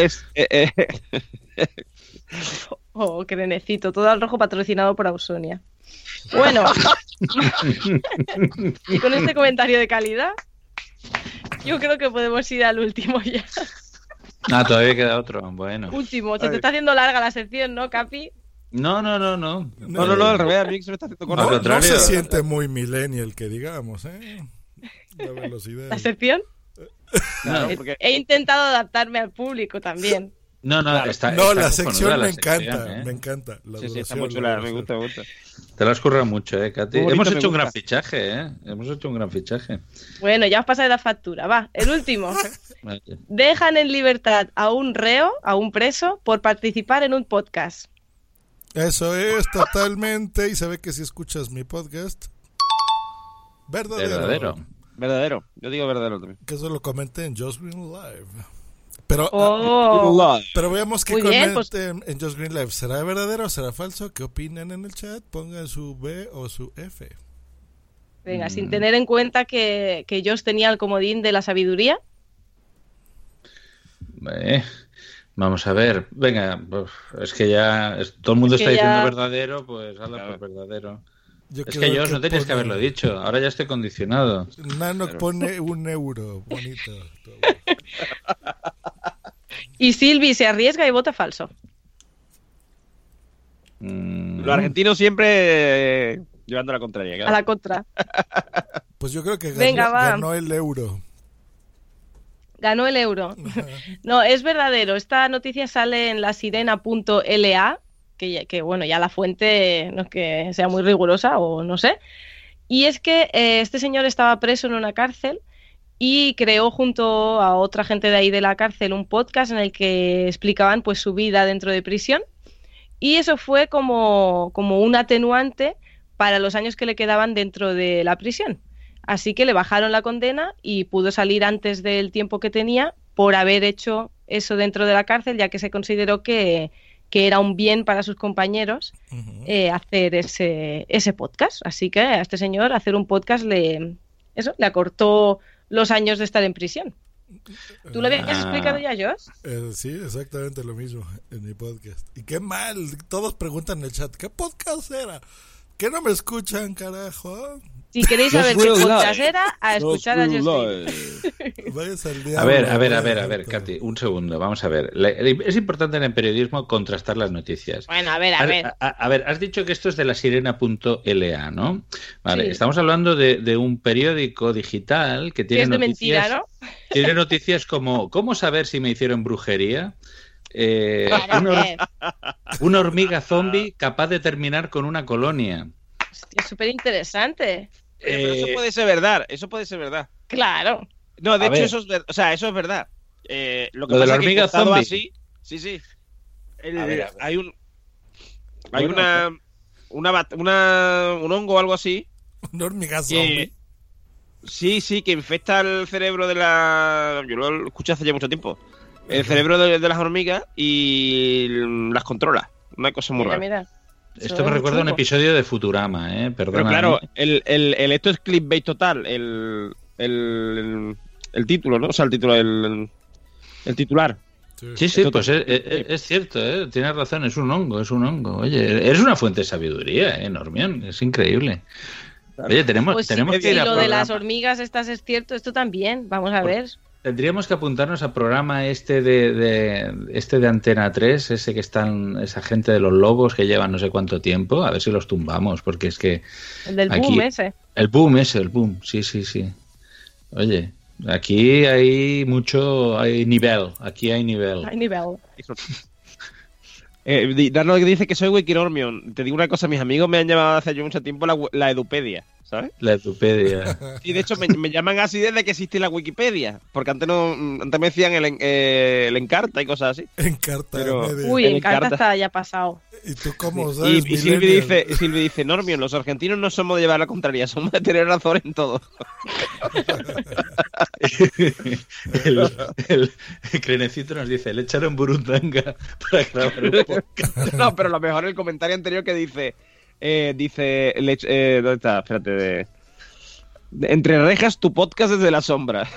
Crenecito, Todo al Rojo patrocinado por Ausonia. Bueno, y con este comentario de calidad, yo creo que podemos ir al último ya. Todavía queda otro. Bueno. Último, se te está haciendo larga la sección, ¿no, Capi? No. No, al revés, a mí se me está haciendo corto. No se siente muy millennial, que digamos, la velocidad. ¿La sección? No, He intentado adaptarme al público también. La sección me encanta, me encanta. Sí, está muy chula, me gusta. Te lo has currado mucho, Katy. Bonito, Hemos me hecho un gusta. gran fichaje, Bueno, ya os pasaré la factura, va. El último. Vale. Dejan en libertad a un reo, a un preso, por participar en un podcast. Eso es, totalmente. Y se ve que si escuchas mi podcast, verdadero. Yo digo verdadero también. Que eso lo comenté en Just Green Live. Pero, pero veamos que comenten en Just Green Live. ¿Será verdadero o será falso? ¿Qué opinan en el chat? Pongan su B o su F. Venga, sin tener en cuenta que Josh tenía el comodín de la sabiduría. Vamos a ver. Venga, es que ya todo el mundo está diciendo ya... verdadero, pues habla por verdadero. Es que yo no tenías que haberlo dicho. Ahora ya estoy condicionado. Nano pone €1. Bonito. Y Silvi se arriesga y vota falso. Los argentinos siempre llevando la contraria. Claro. A la contra. Pues yo creo que ganó el euro. Ganó el euro. No, es verdadero. Esta noticia sale en lasirena.la, que bueno, ya la fuente no es que sea muy rigurosa o no sé. Y es que este señor estaba preso en una cárcel y creó junto a otra gente de ahí de la cárcel un podcast en el que explicaban pues su vida dentro de prisión. Y eso fue como un atenuante para los años que le quedaban dentro de la prisión. Así que le bajaron la condena y pudo salir antes del tiempo que tenía por haber hecho eso dentro de la cárcel, ya que se consideró que era un bien para sus compañeros hacer ese podcast. Así que a este señor hacer un podcast le acortó los años de estar en prisión. ¿Tú lo habías explicado ya, Josh? Sí, exactamente lo mismo en mi podcast. Y qué mal, todos preguntan en el chat, ¿qué podcast era? ¿Qué no me escuchan, carajo? Si queréis saber qué podcast era, a escuchar a Josh. A ver, Katy, un segundo, vamos a ver. Es importante en el periodismo contrastar las noticias. Bueno, a ver. A ver, has dicho que esto es de lasirena.la, ¿no? Vale, Sí. Estamos hablando de un periódico digital que tiene Que es de noticias. mentira, ¿no? Tiene noticias como ¿cómo saber si me hicieron brujería? Una hormiga zombie capaz de terminar con una colonia. Hostia, es súper interesante. Pero eso puede ser verdad. Claro. No, de A hecho, ver. eso es verdad. Lo que Lo de pasa la es que hormiga contado zombie. así, sí. A ver. Hay un Bueno, un hongo o algo así. Una hormiga zombie. Sí, que infecta el cerebro de la... Yo lo escuché hace ya mucho tiempo. El cerebro de las hormigas y las controla. Una cosa muy rara. Mira. Esto me recuerda a un episodio de Futurama, perdona. Pero claro, esto es clickbait total. El título, ¿no? O sea, el título, el titular. Sí, pues es cierto, tienes razón, es un hongo. Oye, eres una fuente de sabiduría, Normión, es increíble. Oye, tenemos Pues que si ir a lo de programa. las hormigas es cierto, esto también. Vamos a ver. Tendríamos que apuntarnos al programa de Antena 3, ese que están esa gente de los lobos que llevan no sé cuánto tiempo, a ver si los tumbamos, porque es que El del aquí, boom ese. El boom, sí. Oye, aquí hay nivel, Hay nivel. Darno dice que soy Wikinormion. Te digo una cosa, mis amigos me han llamado hace ya mucho tiempo la Edupedia, ¿sabes? La Edupedia. Y de hecho me llaman así desde que existe la Wikipedia, porque antes me decían el Encarta y cosas así. Encarta. Uy, Encarta está ya pasado. ¿Y tú cómo sabes? Y Silvi dice, Normion, los argentinos no somos de llevar la contraria, somos de tener razón en todo. el Crenecito nos dice, le echaron burundanga para grabar un podcast. No, pero lo mejor el comentario anterior que dice, ¿dónde está? Espérate, entre rejas tu podcast desde la sombra.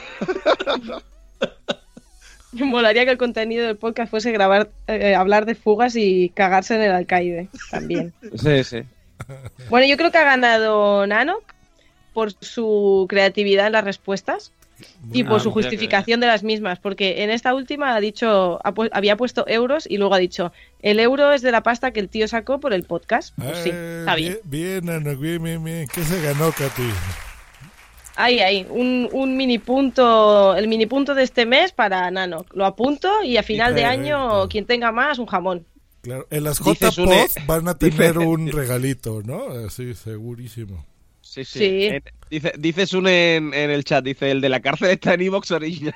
Me molaría que el contenido del podcast fuese hablar de fugas y cagarse en el alcaide también. Sí. Bueno, yo creo que ha ganado Nanoc por su creatividad en las respuestas y por su justificación de las mismas, porque en esta última había puesto euros y luego ha dicho, el euro es de la pasta que el tío sacó por el podcast. Pues sí, está bien. Bien, Nanoc, bien. ¿Qué se ganó, Katy? Ahí, un mini punto, el mini punto de este mes para Nanoc. Lo apunto y a final de año, quien tenga más, un jamón. Claro, en las J-Post van a tener un regalito, ¿no? Así, segurísimo. Sí. Dices un en el chat, dice, el de la cárcel está en Evox Originals.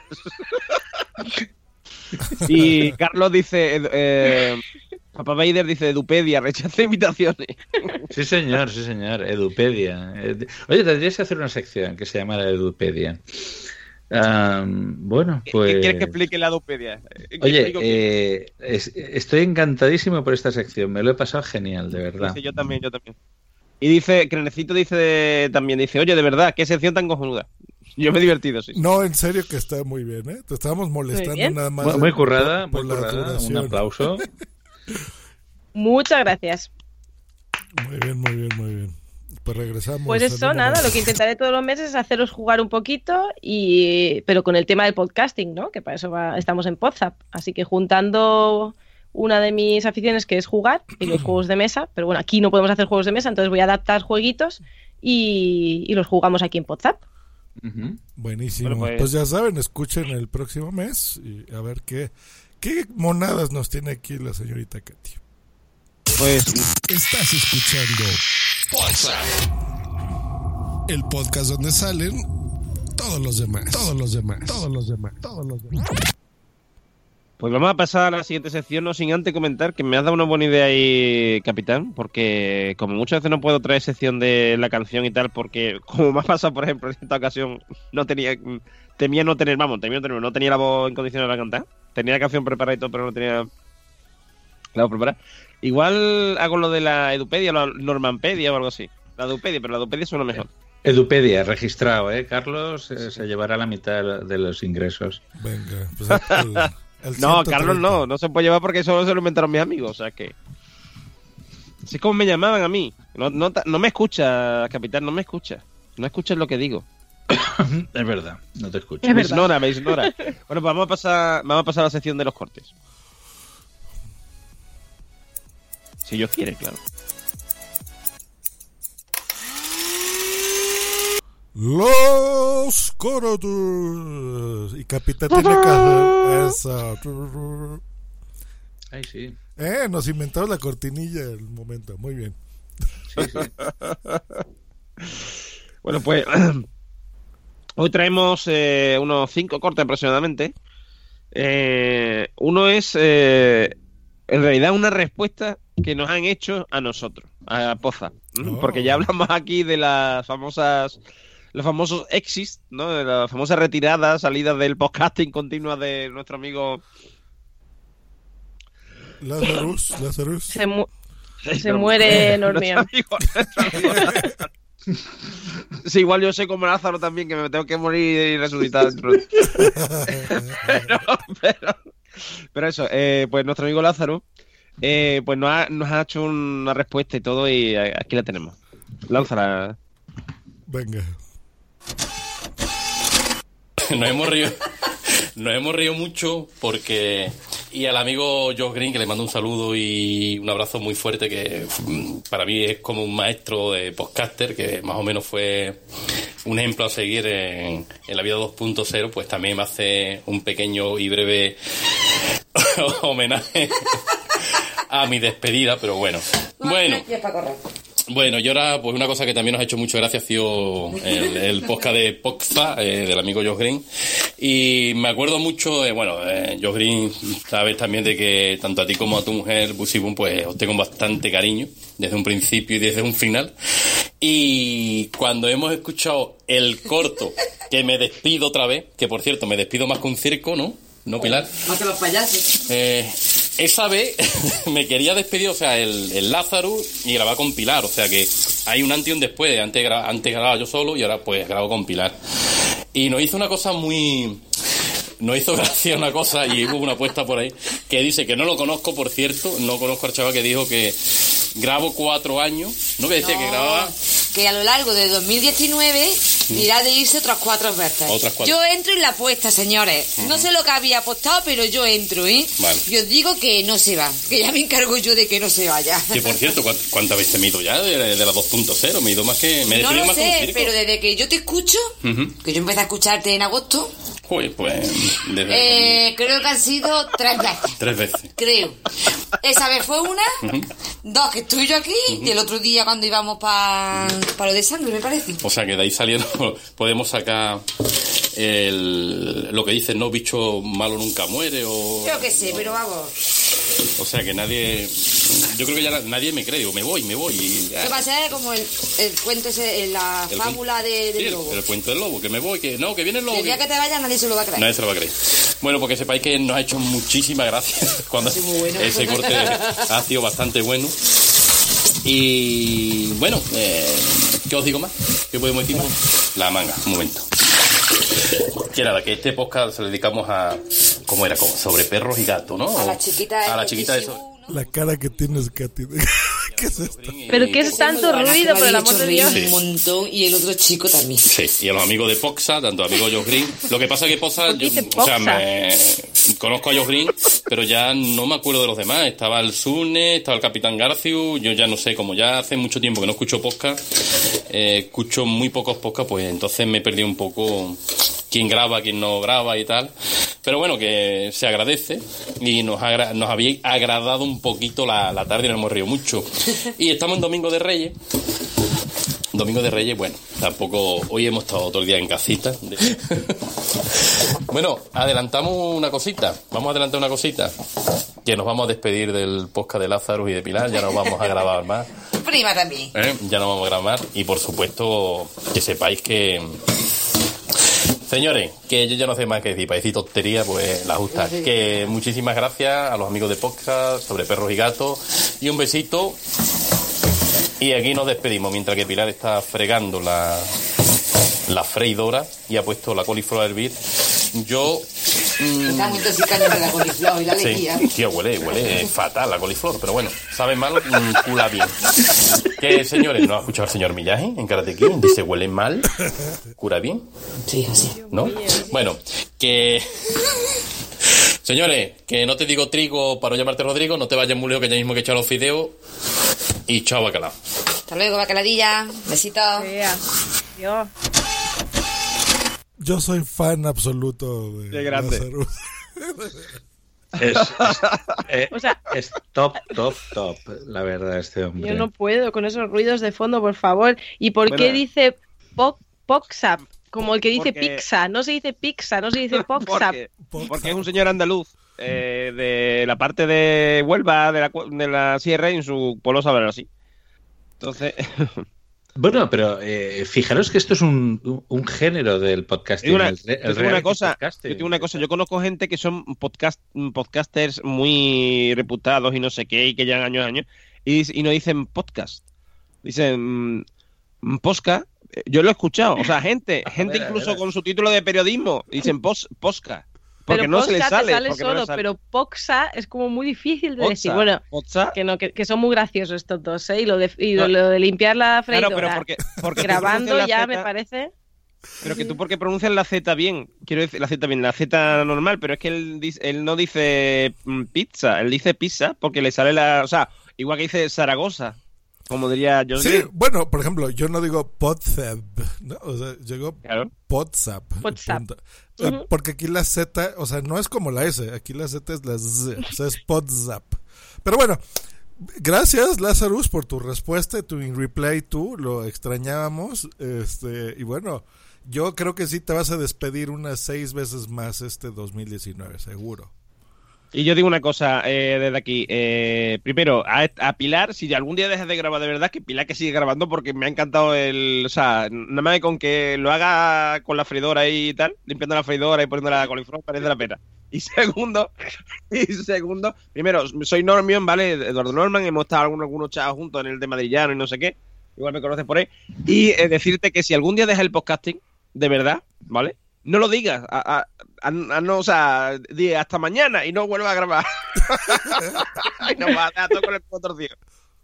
Y Carlos dice, Papá Vader dice, Edupedia, rechaza invitaciones. Sí, señor, Edupedia. Oye, tendrías que hacer una sección que se llama la Edupedia. Bueno, pues... ¿Qué quieres que explique la Edupedia? Oye, estoy encantadísimo por esta sección, me lo he pasado genial, de verdad. Sí, yo también. Y dice, Crenecito también dice, oye, de verdad, qué sección tan cojonuda. Yo me he divertido, sí. No, en serio que está muy bien, ¿eh? Te estábamos molestando nada más. Muy currada, por la duración. Un aplauso. Muchas gracias. Muy bien. pues regresamos. Pues eso, nada, lo que intentaré todos los meses es haceros jugar un poquito, pero con el tema del podcasting, ¿no? Que para eso estamos en Podzap. Así que juntando una de mis aficiones, que es jugar, y los juegos de mesa, pero bueno, aquí no podemos hacer juegos de mesa, entonces voy a adaptar jueguitos y los jugamos aquí en Podzap. Buenísimo. Bueno, pues ya saben, escuchen el próximo mes y a ver qué monadas nos tiene aquí la señorita Katy. Pues estás escuchando Podzap, el podcast donde salen todos los demás. Pues vamos a pasar a la siguiente sección, no sin antes comentar que me has dado una buena idea ahí, capitán, porque como muchas veces no puedo traer sección de la canción y tal, porque como me ha pasado, por ejemplo, en esta ocasión, no tenía la voz en condiciones de cantar, tenía la canción preparada y todo, pero no tenía la voz preparada. Igual hago lo de la Edupedia, la Normanpedia o algo así. La Edupedia, pero la Edupedia suena mejor. Edupedia, registrado, Carlos se llevará la mitad de los ingresos. Venga, pues no, Carlos no se puede llevar porque eso se lo inventaron mis amigos, o sea que... Así es como me llamaban a mí. No me escucha, capitán, no me escucha. No escuchas lo que digo. Es verdad, no te escucho. Me ignora. Bueno, pues vamos a pasar a la sección de los cortes. Si Dios quiere, claro. Los corotos. Y capitán tiene que hacer eso. Ay, sí. Nos inventamos la cortinilla del momento. Muy bien. Sí. Bueno, pues hoy traemos unos 5 cortes aproximadamente. Uno es en realidad una respuesta que nos han hecho a nosotros, a Podzap, porque ya hablamos aquí de los famosos exits, ¿no? De las famosas retiradas, salidas del podcasting continua de nuestro amigo Lazarus. Se muere Normión. Sí, igual yo sé como Lázaro también, que me tengo que morir y resucitar dentro. pero eso, pues nuestro amigo Lázaro pues nos ha hecho una respuesta y todo, y aquí la tenemos. Lánzala. Venga. Nos hemos reído mucho porque... Y al amigo Josh Green, que le mando un saludo y un abrazo muy fuerte, que para mí es como un maestro de podcaster, que más o menos fue un ejemplo a seguir en la vida 2.0, pues también me hace un pequeño y breve homenaje a mi despedida, pero bueno. Bueno, y ahora, pues una cosa que también nos ha hecho mucho gracia ha sido el podcast de Podzap, del amigo Josh Green. Y me acuerdo mucho, Josh Green, sabes también de que tanto a ti como a tu mujer, Busibun, pues os tengo bastante cariño, desde un principio y desde un final. Y cuando hemos escuchado el corto, que me despido otra vez, que por cierto, me despido más que un circo, ¿no? ¿No, Pilar? Más que los payasos. Esa vez me quería despedir, o sea, el Lázaro, y grabar con Pilar, o sea que hay un antes y un después. Antes grababa yo solo y ahora pues grabo con Pilar. Y nos hizo una cosa nos hizo gracia una cosa, y hubo una apuesta por ahí, que dice que no lo conozco, por cierto, no conozco al chaval que dijo que grabo 4 años, ¿no? Que decía que grababa... Que a lo largo de 2019 irá de irse otras 4 veces. Yo entro en la apuesta, señores. No sé lo que había apostado, pero yo entro, ¿eh? Vale. Yo os digo que no se va, que ya me encargo yo de que no se vaya. Que por cierto, ¿cuántas veces me he ido ya de la 2.0? Me he ido más que... No lo sé, pero desde que yo te escucho, que yo empecé a escucharte en agosto... Pues creo que han sido 3 veces. 3 veces. Creo. Esa vez fue una, 2 que estoy yo aquí, y el otro día cuando íbamos para lo de sangre, me parece. O sea que de ahí saliendo podemos sacar lo que dicen, ¿no? Bicho malo nunca muere, o... Yo qué sé, pero vamos. O sea que nadie... Yo creo que ya nadie me cree, digo, me voy. Y ya. Eso va a ser como el cuento ese, la fábula del lobo. El cuento del lobo, que me voy, que viene el lobo. El día que te vayas nadie se lo va a creer. Nadie se lo va a creer. Bueno, porque sepáis que nos ha hecho muchísimas gracias cuando ese corte ha sido bastante bueno. Y bueno, ¿qué os digo más? ¿Qué podemos decir más? La manga, un momento. Que nada, que este podcast se lo dedicamos a... ¿Cómo era? Sobre perros y gatos, ¿no? A la chiquita de eso. La cara que tienes, Katy. ¿Qué es esto? ¿Pero qué es tanto ruido, por el amor de Dios? Un montón y el otro chico también. Sí, y a los amigos de Poxa, tanto amigos Josh Green. Lo que pasa es que Poxa, conozco a Josh Green, pero ya no me acuerdo de los demás. Estaba el Sune, estaba el Capitán Garcius, yo ya no sé, como ya hace mucho tiempo que no escucho podcast, escucho muy pocos podcasts, pues entonces me perdí un poco quién graba, quién no graba y tal. Pero bueno, que se agradece y nos había agradado un poquito la tarde y nos hemos reído mucho. Y estamos en Domingo de Reyes. Domingo de Reyes, bueno, tampoco... Hoy hemos estado todo el día en casita. Bueno, adelantamos una cosita. Vamos a adelantar una cosita. Que nos vamos a despedir del podcast de Lázaro y de Pilar. Ya no vamos a grabar más. Prima también. Ya no vamos a grabar. Y por supuesto, que sepáis que... Señores, que yo ya no sé más que decir, para decir tontería, pues la justa. Que muchísimas gracias a los amigos de podcast sobre perros y gatos. Y un besito. Y aquí nos despedimos, mientras que Pilar está fregando la freidora y ha puesto la coliflor a hervir. Yo... Está muy intoxicante la coliflor y la alegría. Sí, tío, huele fatal la coliflor, pero bueno, sabe mal, cula bien. Que, señores, ¿no ha escuchado el señor Millaje en Karate Kid? Dice, huele mal, cura bien. Sí, así. ¿No? Bueno, que... Señores, que no te digo trigo para no llamarte Rodrigo, no te vayas muy lejos que ya mismo que he echado los fideos. Y chao, bacalao. Hasta luego, bacaladilla. Besitos. Dios. Yo soy fan absoluto de grande. Es top, la verdad, este hombre. Yo no puedo con esos ruidos de fondo, por favor. ¿Y por qué dice Poxap? Como el que dice pizza. No se dice pizza, no se dice Poxap. Porque es un señor andaluz de la parte de Huelva, de la sierra, y en su pueblo saben así. Entonces... Bueno, pero fijaros que esto es un género del podcasting. Yo tengo una cosa, yo conozco gente que son podcasters muy reputados y no sé qué, y que llevan años, y no dicen podcast, dicen posca. Yo lo he escuchado, o sea, gente incluso con su título de periodismo, dicen posca. Porque pero no se les sale. Solo, pero Poxa es como muy difícil de decir. Bueno, que son muy graciosos estos dos, ¿eh? Y lo de limpiar la freidora. Claro, pero porque grabando ya Z, me parece. Pero que tú porque pronuncias la Z bien, quiero decir la Z bien, la Z normal, pero es que él no dice pizza, él dice pizza porque le sale o sea, igual que dice Zaragoza. Como diría yo. Sí, bueno, por ejemplo, yo no digo Podzap, ¿no? O sea, yo digo Podzap. Porque aquí la Z, o sea, no es como la S, aquí la Z es la Z, o sea, es Podzap. Pero bueno, gracias, Lazarus, por tu respuesta, tu replay, lo extrañábamos, y bueno, yo creo que sí te vas a despedir unas 6 veces más este 2019, seguro. Y yo digo una cosa desde aquí. Primero, a Pilar, si algún día dejas de grabar de verdad, que Pilar que sigue grabando porque me ha encantado o sea, nada más con que lo haga con la freidora y tal, limpiando la freidora y poniendo la coliflor, parece la pena. Y segundo, primero, soy Normion, ¿vale? Eduardo Norman, hemos estado algunos chavos juntos en el de Madrillano y no sé qué. Igual me conoces por ahí. Y decirte que si algún día dejas el podcasting, de verdad, ¿vale? No lo digas, no, o sea, di hasta mañana y no vuelvas a grabar. Y nos vas a dejar todo con el culo torcido.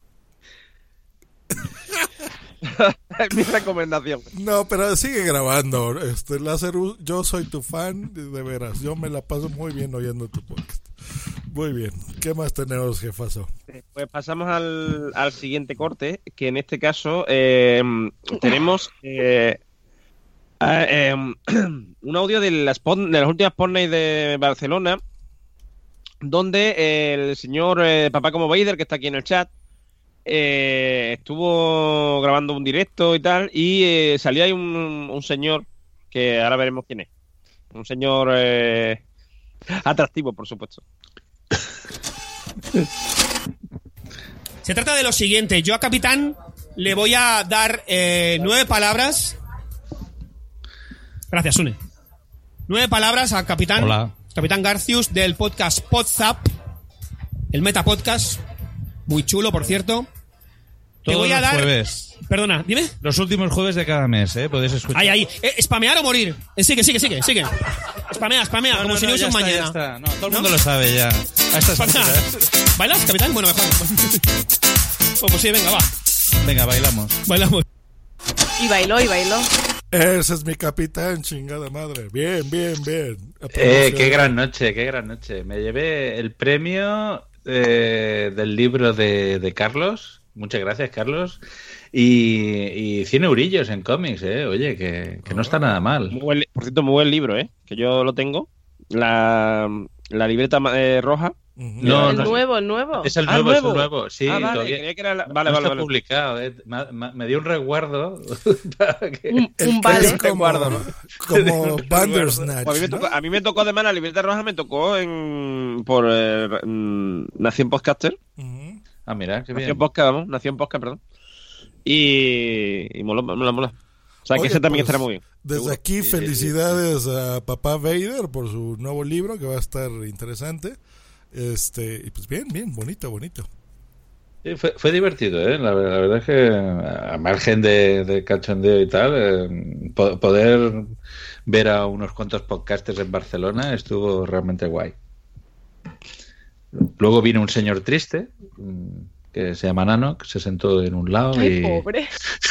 Es mi recomendación. No, pero sigue grabando, Lázaro, yo soy tu fan, de veras, yo me la paso muy bien oyendo tu podcast. Muy bien, ¿qué más tenemos, jefazo? Pues pasamos al siguiente corte, que en este caso tenemos... un audio de las últimas Spotnight de Barcelona, donde el señor Papá como Vader, que está aquí en el chat, estuvo grabando un directo y tal, y salió ahí un señor que ahora veremos quién es. Un señor atractivo, por supuesto. Se trata de lo siguiente. Yo a Capitán le voy a dar 9 palabras. Gracias, Sune. 9 palabras a Capitán. Hola. Capitán Garcius del podcast Podzap, el Meta Podcast. Muy chulo, por cierto. Te voy a dar... jueves. Perdona, dime. Los últimos jueves de cada mes, podéis escuchar. Ahí. ¿Spamear o morir? Sigue. Spamea, no, como si no hubiese un mañana. Ya está. No, todo el mundo lo sabe ya. A estas alturas. ¿Bailas, Capitán? Bueno, mejor. Pues sí, venga, va. Venga, bailamos. Bailamos. Y bailó. Ese es mi capitán, chingada madre. Bien. Qué gran noche. Me llevé el premio del libro de Carlos. Muchas gracias, Carlos. Y 100 eurillos en cómics, oye, que no está nada mal. Por cierto, muy buen libro, que yo lo tengo. La libreta roja. No, el nuevo. Es el nuevo. Sí, vale, todavía creía que era no está publicado. Me dio un resguardo. Un vale. Como Bandersnatch. A mí me tocó además la libreta roja, me tocó por Nación Podcaster. Ah, mira, qué bien. Nación Podcast, perdón. Y mola. O sea, que ese también estará muy bien. Desde ¿seguro? aquí, felicidades a Papá Vader por su nuevo libro, que va a estar interesante. Y pues bien, bonito. Sí, fue divertido, La verdad es que, a margen de cachondeo y tal, poder ver a unos cuantos podcasters en Barcelona estuvo realmente guay. Luego vino un señor triste, que se llama Nano, que se sentó en un lado. Ay, pobre.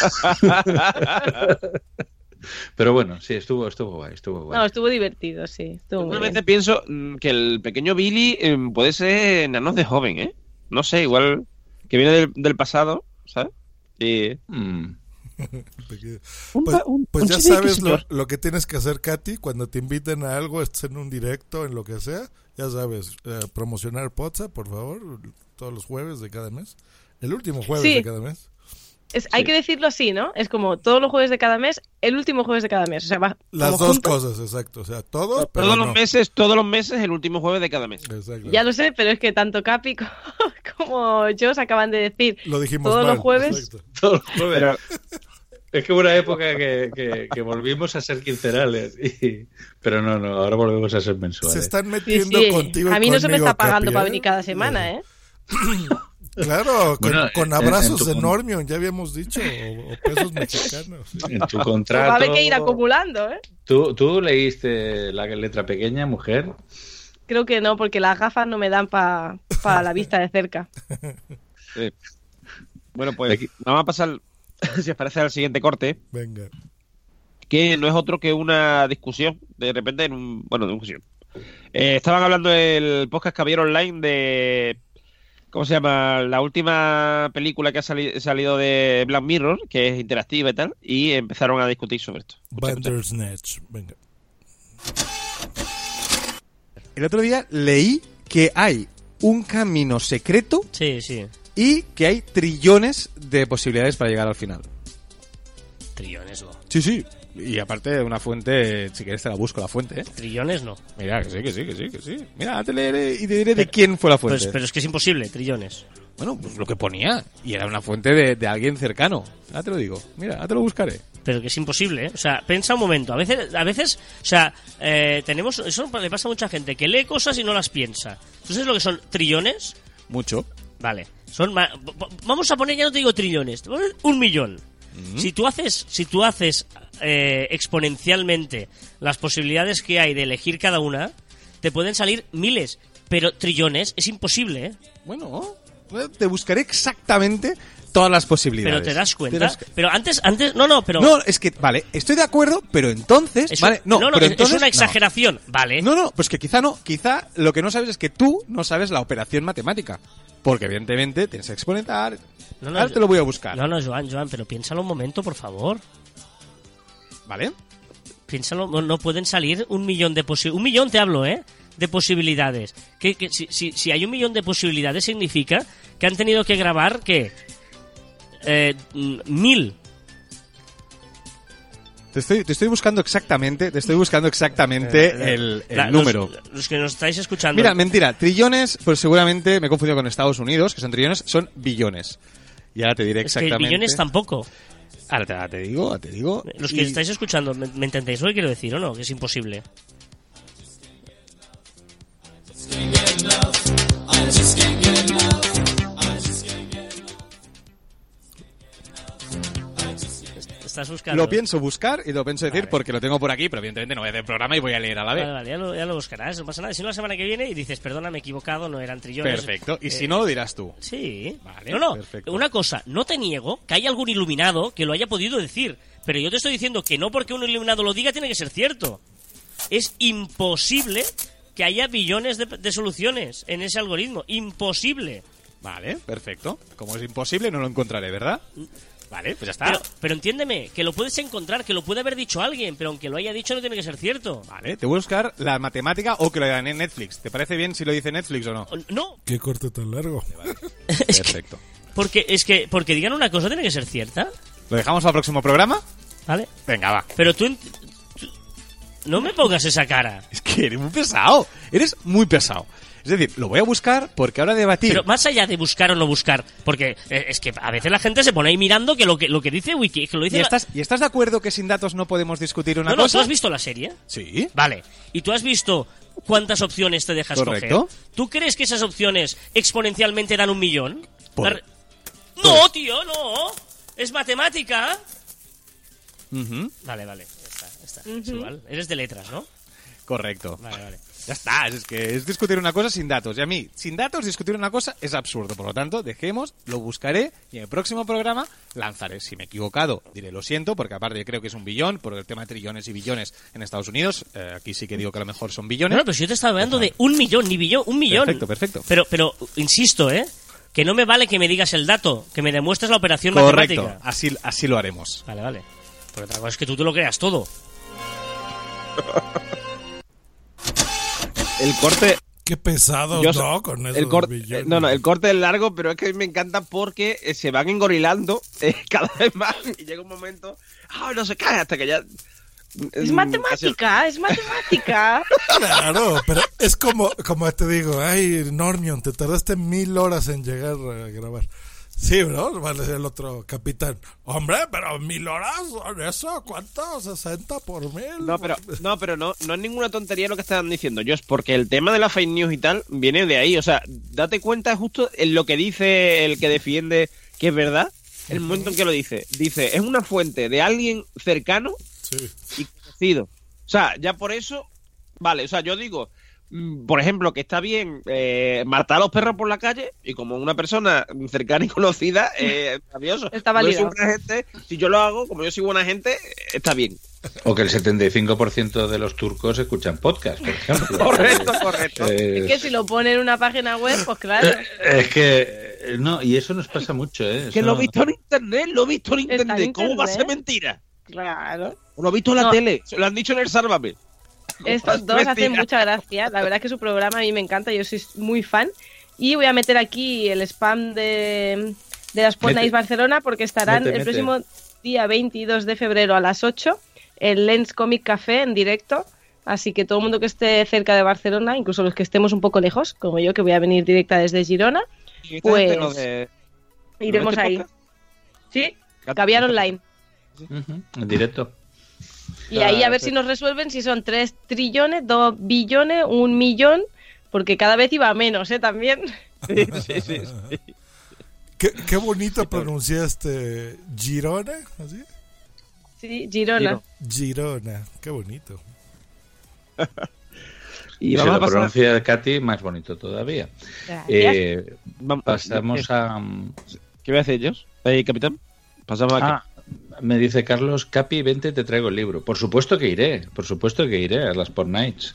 Pero bueno, sí, estuvo guay. No, estuvo divertido, sí. Realmente pienso que el pequeño Billy puede ser enanos de joven, No sé, igual que viene del pasado, ¿sabes? Y... Pues ya sabes lo que tienes que hacer, Katy, cuando te inviten a algo, estés en un directo, en lo que sea, ya sabes, promocionar WhatsApp, por favor, todos los jueves de cada mes, el último jueves de cada mes. Hay que decirlo así, ¿no? Es como todos los jueves de cada mes, el último jueves de cada mes. O sea, va las dos juntos. cosas, exacto. O sea, todos los meses, el último jueves de cada mes. Exacto. Ya lo sé, pero es que tanto Capi como yo se acaban de decir lo dijimos todos mal, los jueves. Todos los jueves. Pero es que hubo una época que volvimos a ser quincenales. Pero no, ahora volvemos a ser mensuales. Se están metiendo contigo. A mí no se me está pagando Capi, para venir cada semana, Claro, bueno, con abrazos de Normion, ya habíamos dicho, o pesos mexicanos. Sí. En tu contrato... Va a haber que ir acumulando, ¿Tú leíste la letra pequeña, mujer? Creo que no, porque las gafas no me dan para la vista de cerca. Sí. Bueno, pues vamos a pasar, si os parece, al siguiente corte. Venga. Que no es otro que una discusión, de repente, discusión. Estaban hablando del podcast Caballero Online de... ¿Cómo se llama? La última película que ha salido de Black Mirror, que es interactiva y tal, y empezaron a discutir sobre esto. Bandersnatch, venga. El otro día leí que hay un camino secreto y que hay trillones de posibilidades para llegar al final. Trillones no. Sí. Y aparte de una fuente, si quieres te la busco la fuente, Trillones no. Mira, que sí. Mira, te leeré y te diré de quién fue la fuente. Pero es que es imposible, trillones. Bueno, pues lo que ponía. Y era una fuente de alguien cercano. Ya te lo digo. Mira, ya te lo buscaré. Pero que es imposible, O sea, piensa un momento. A veces, o sea, tenemos... Eso le pasa a mucha gente, que lee cosas y no las piensa. ¿Tú sabes lo que son trillones? Mucho. Vale. Vamos a poner, ya no te digo trillones, 1 millón. Si tú haces exponencialmente las posibilidades que hay de elegir cada una, te pueden salir miles, pero trillones es imposible, Bueno, te buscaré exactamente todas las posibilidades. Pero te das cuenta. Pero antes, pero... No, es que, vale, estoy de acuerdo, pero entonces... Es vale, pero entonces, es una exageración, vale. No, pues que quizá no. Quizá lo que no sabes es que tú no sabes la operación matemática. Porque evidentemente tienes que exponenciar... Ahora te lo voy a buscar. No, Joan, pero piénsalo un momento, por favor. ¿Vale? Piénsalo, no pueden salir 1 millón de posibilidades. 1 millón te hablo, de posibilidades. Que si hay 1 millón de posibilidades significa que han tenido que grabar, ¿qué? 1000. Te estoy buscando exactamente el número. Los que nos estáis escuchando. Mira, mentira, trillones, pues seguramente me he confundido con Estados Unidos, que son trillones, son billones. Y ahora te diré exactamente. Es que billones tampoco. Ahora te digo. Los que estáis escuchando, ¿me entendéis lo que quiero decir o no? Que es imposible. estás buscando. Lo pienso buscar y lo pienso decir porque lo tengo por aquí, pero evidentemente no voy a hacer programa y voy a leer a la vez. Vale, ya lo buscarás, no pasa nada. Si no, la semana que viene y dices, perdona, me he equivocado, no eran trillones. Perfecto, y si no, lo dirás tú. Sí. Vale, no, perfecto. Una cosa, no te niego que haya algún iluminado que lo haya podido decir, pero yo te estoy diciendo que no porque un iluminado lo diga tiene que ser cierto. Es imposible que haya billones de soluciones en ese algoritmo. Imposible. Vale, perfecto. Como es imposible, no lo encontraré, ¿verdad? Vale, pues ya está. Pero entiéndeme, que lo puedes encontrar, que lo puede haber dicho alguien, pero aunque lo haya dicho no tiene que ser cierto. Vale, te voy a buscar la matemática o que lo hagan en Netflix. ¿Te parece bien si lo dice Netflix o no? No. ¿Qué corte tan largo? Vale. Perfecto. Porque digan una cosa tiene que ser cierta. ¿Lo dejamos para el próximo programa? Vale. Venga, va. Pero tú no me pongas esa cara. Es que eres muy pesado. Eres muy pesado. Es decir, lo voy a buscar porque ahora debatir... Pero más allá de buscar o no buscar, porque es que a veces la gente se pone ahí mirando que lo que dice Wiki... Que lo dice ¿Y estás de acuerdo que sin datos no podemos discutir una cosa? No, ¿tú has visto la serie? Sí. Vale. ¿Y tú has visto cuántas opciones te dejas Correcto. coger? ¿Tú crees que esas opciones exponencialmente dan 1 millón? No, tío, no. Es matemática. Vale. Ya está. Es igual. Eres de letras, ¿no? Correcto. Vale. Ya está, es que es discutir una cosa sin datos. Y a mí, sin datos, discutir una cosa es absurdo. Por lo tanto, dejemos, lo buscaré y en el próximo programa lanzaré. Si me he equivocado, diré lo siento, porque aparte creo que es 1 billón, por el tema de trillones y billones en Estados Unidos. Aquí sí que digo que a lo mejor son billones. No, pero si yo te estaba hablando de 1 millón, ni billón, 1 millón. Perfecto. Pero insisto, que no me vale que me digas el dato, que me demuestres la operación Correcto, matemática. así lo haremos. Vale. Porque otra cosa es que tú te lo creas todo. El corte... Qué pesado, ¿no? Con esos el corte, billones. el corte es largo, pero es que a mí me encanta porque se van engorilando cada vez más y llega un momento... no se cae hasta que ya... Es matemática. Claro, pero es como te digo, ay, Normion, te tardaste 1000 horas en llegar a grabar. Sí, ¿no? Vale, el otro capitán. Hombre, pero 1000 horas son eso, ¿cuánto? 60 por 1000. No, no es ninguna tontería lo que están diciendo, yo es porque el tema de la fake news y tal viene de ahí. O sea, date cuenta justo en lo que dice el que defiende que es verdad, el momento en que lo dice. Dice, es una fuente de alguien cercano y conocido. O sea, ya por eso, vale, o sea, yo digo... Por ejemplo, que está bien matar a los perros por la calle y como una persona cercana y conocida, maravilloso. Está válido. Si yo lo hago, como yo soy buena gente, está bien. O que el 75% de los turcos escuchan podcast, por ejemplo. Correcto. Es que si lo pone en una página web, pues claro. Es que, no, y eso nos pasa mucho, Que lo he visto en internet, ¿Cómo va a ser mentira? Claro. Lo he visto en la tele, se lo han dicho en el Sálvame. Estos dos hacen mucha gracia. La verdad es que su programa a mí me encanta. Yo soy muy fan. Y voy a meter aquí el spam de las Pod Nights Barcelona porque estarán el próximo día 22 de febrero a las 8 en Lens Comic Café en directo. Así que todo el mundo que esté cerca de Barcelona, incluso los que estemos un poco lejos, como yo que voy a venir directa desde Girona, pues iremos ahí. Sí, Caviar Online. En directo. Y ahí a ver si nos resuelven si son 3 trillones, 2 billones, 1 millón, porque cada vez iba menos, también. Sí. Qué bonito pronunciaste Girona, ¿así? Sí, Girona. Girona, qué bonito. Y si lo pronuncia Katy, más bonito todavía. Pasamos a... ¿Qué voy a hacer ellos? Capitán. Pasamos a... Me dice Carlos, Capi, vente, te traigo el libro. Por supuesto que iré a las Pod Nights.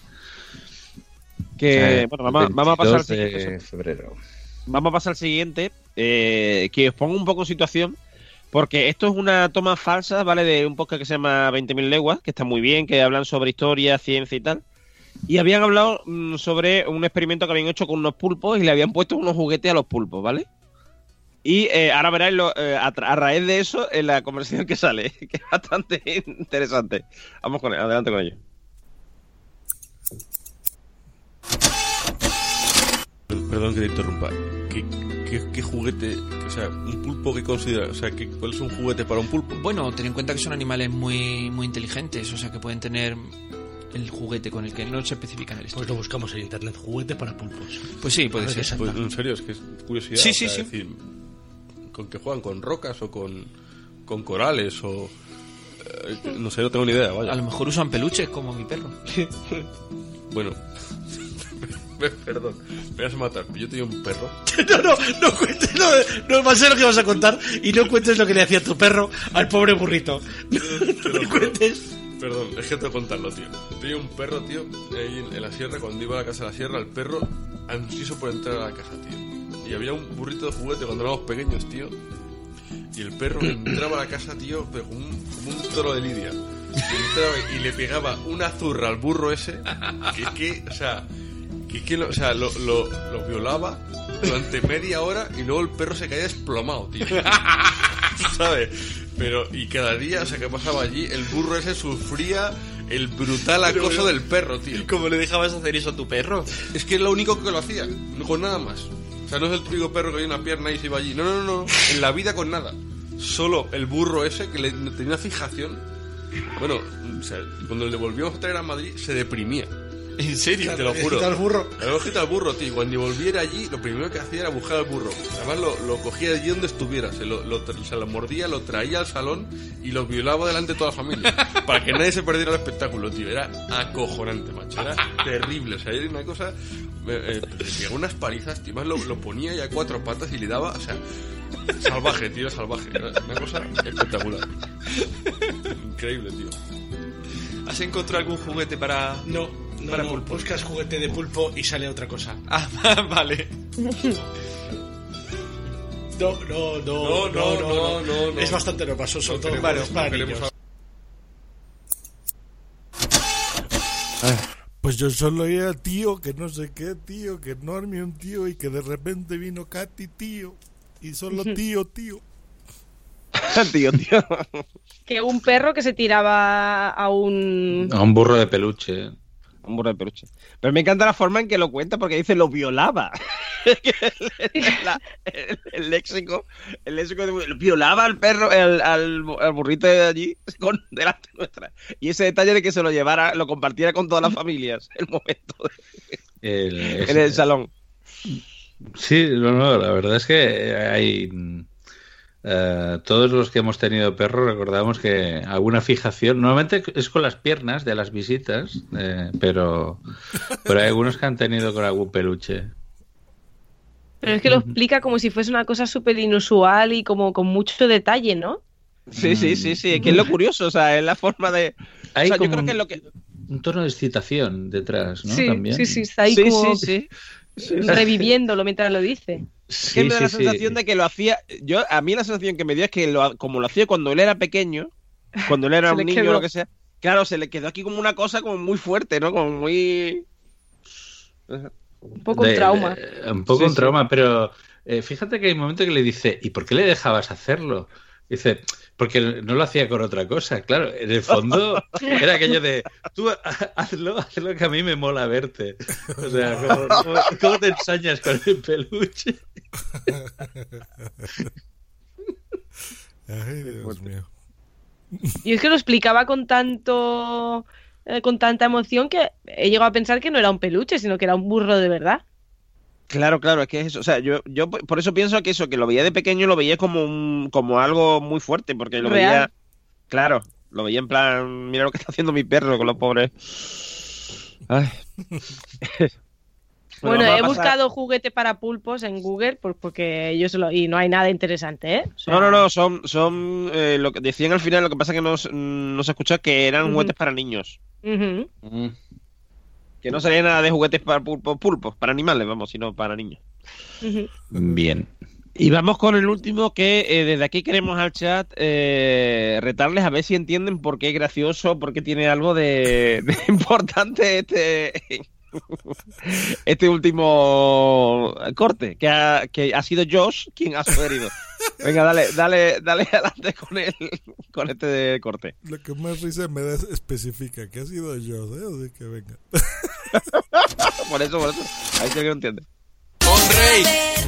Vamos a pasar al de febrero. Vamos a pasar al siguiente, que os pongo un poco en situación, porque esto es una toma falsa, ¿vale? De un podcast que se llama 20.000 leguas, que está muy bien, que hablan sobre historia, ciencia y tal. Y habían hablado sobre un experimento que habían hecho con unos pulpos y le habían puesto unos juguetes a los pulpos, ¿vale? Y ahora veráis a raíz de eso en la conversación que sale, que es bastante interesante. Vamos con él, adelante con ello. Perdón que te interrumpa. ¿Qué juguete? O sea, un pulpo que considera, o sea, ¿cuál es un juguete para un pulpo? Bueno, ten en cuenta que son animales muy inteligentes, o sea, que pueden tener el juguete con el que no se especifica en el estudio. Pues lo buscamos en internet, juguete para pulpos. Pues sí, puede ser. Pues, en serio, es que es curiosidad. Sí. Es decir, ¿con qué juegan? ¿Con rocas o con corales? O No sé, no tengo ni idea, vaya. A lo mejor usan peluches como mi perro. Bueno. Perdón, me vas a matar. Yo tenía un perro. No cuentes, no va a ser lo que vas a contar y no cuentes lo que le hacía tu perro al pobre burrito. No me cuentes. Perdón, es que tengo que contarlo, tío. Tenía un perro, tío, ahí en la sierra. Cuando iba a la casa de la sierra, el perro ansioso por entrar a la casa, tío. Y había un burrito de juguete cuando éramos pequeños, tío. Y el perro entraba a la casa, tío, pero como un toro de lidia. Y le pegaba una zurra al burro ese. Lo violaba durante media hora y luego el perro se caía desplomado, tío. ¿Sabes? Pero, y cada día, o sea, que pasaba allí, el burro ese sufría el brutal acoso del perro, tío. ¿Y cómo le dejabas hacer eso a tu perro? Es que es lo único que lo hacía, no con nada más. O sea, no es el típico perro que hay una pierna y se iba allí. No. En la vida con nada. Solo el burro ese que le tenía una fijación. Bueno, o sea, cuando le volvíamos a traer a Madrid, se deprimía. ¿En serio? Te lo juro. ¿Al burro? Al burro, tío. Cuando volviera allí, lo primero que hacía era buscar al burro. Además, lo cogía allí donde estuviera. Se lo mordía, lo traía al salón y lo violaba delante de toda la familia. Para que nadie se perdiera el espectáculo, tío. Era acojonante, macho. Era terrible. O sea, era una cosa... le pegaba unas palizas, tío. Además, lo ponía ya a cuatro patas y le daba... O sea, salvaje, tío. Salvaje. Era una cosa espectacular. Increíble, tío. ¿Has encontrado algún juguete para...? No, pulpo. Buscas juguete de pulpo y sale otra cosa. Ah, vale. No. Es bastante normal, son todos para niños. Pues yo solo oía tío, que no sé qué tío, que Normie un tío y que de repente vino Katy tío y solo tío. tío. Que un perro que se tiraba a un burro de peluche. Un burro de peluche. Pero me encanta la forma en que lo cuenta porque dice lo violaba. el léxico de, violaba al perro, al burrito de allí delante nuestra. Y ese detalle de que se lo llevara, lo compartiera con todas las familias. El momento en el salón. Sí, no, la verdad es que hay... todos los que hemos tenido perros recordamos que alguna fijación, normalmente es con las piernas de las visitas, pero hay algunos que han tenido con algún peluche. Pero es que lo explica como si fuese una cosa súper inusual y como con mucho detalle, ¿no? Sí, es que es lo curioso, o sea, es la forma de... Hay yo como creo que es lo que... un tono de excitación detrás, ¿no? Sí, También. sí, está ahí como reviviéndolo mientras lo dice. Siempre la sensación de que lo hacía. A mí la sensación que me dio es que como lo hacía cuando él era pequeño, cuando él era un niño o lo que sea, claro, se le quedó aquí como una cosa como muy fuerte, ¿no? Como muy... Un poco un trauma. Un poco un trauma, pero fíjate que hay un momento que le dice, ¿y por qué le dejabas hacerlo? Dice, porque no lo hacía con otra cosa. Claro, en el fondo era aquello de, tú hazlo que a mí me mola verte. O sea, ¿cómo te ensañas con el peluche? Ay, Dios mío. Y es que lo explicaba con tanta emoción que he llegado a pensar que no era un peluche, sino que era un burro de verdad. Claro, es que es eso. O sea, yo por eso pienso que eso, que lo veía de pequeño, lo veía como algo muy fuerte, porque lo veía... Claro, lo veía en plan, mira lo que está haciendo mi perro con los pobres. Ay. Bueno, he buscado juguete para pulpos en Google porque y no hay nada interesante, ¿eh? O sea... No, son lo que decían al final, lo que pasa es que no se escuchó que eran juguetes para niños. Que no salía nada de juguetes para pulpos, para animales, vamos, sino para niños. Bien. Y vamos con el último que desde aquí queremos al chat retarles a ver si entienden por qué es gracioso, por qué tiene algo de importante este último corte, que ha sido Josh quien ha sugerido. Venga, dale adelante con este corte. Lo que más risa me da especifica que ha sido Josh, así que venga. por eso, ahí sí que no entiende. Rey.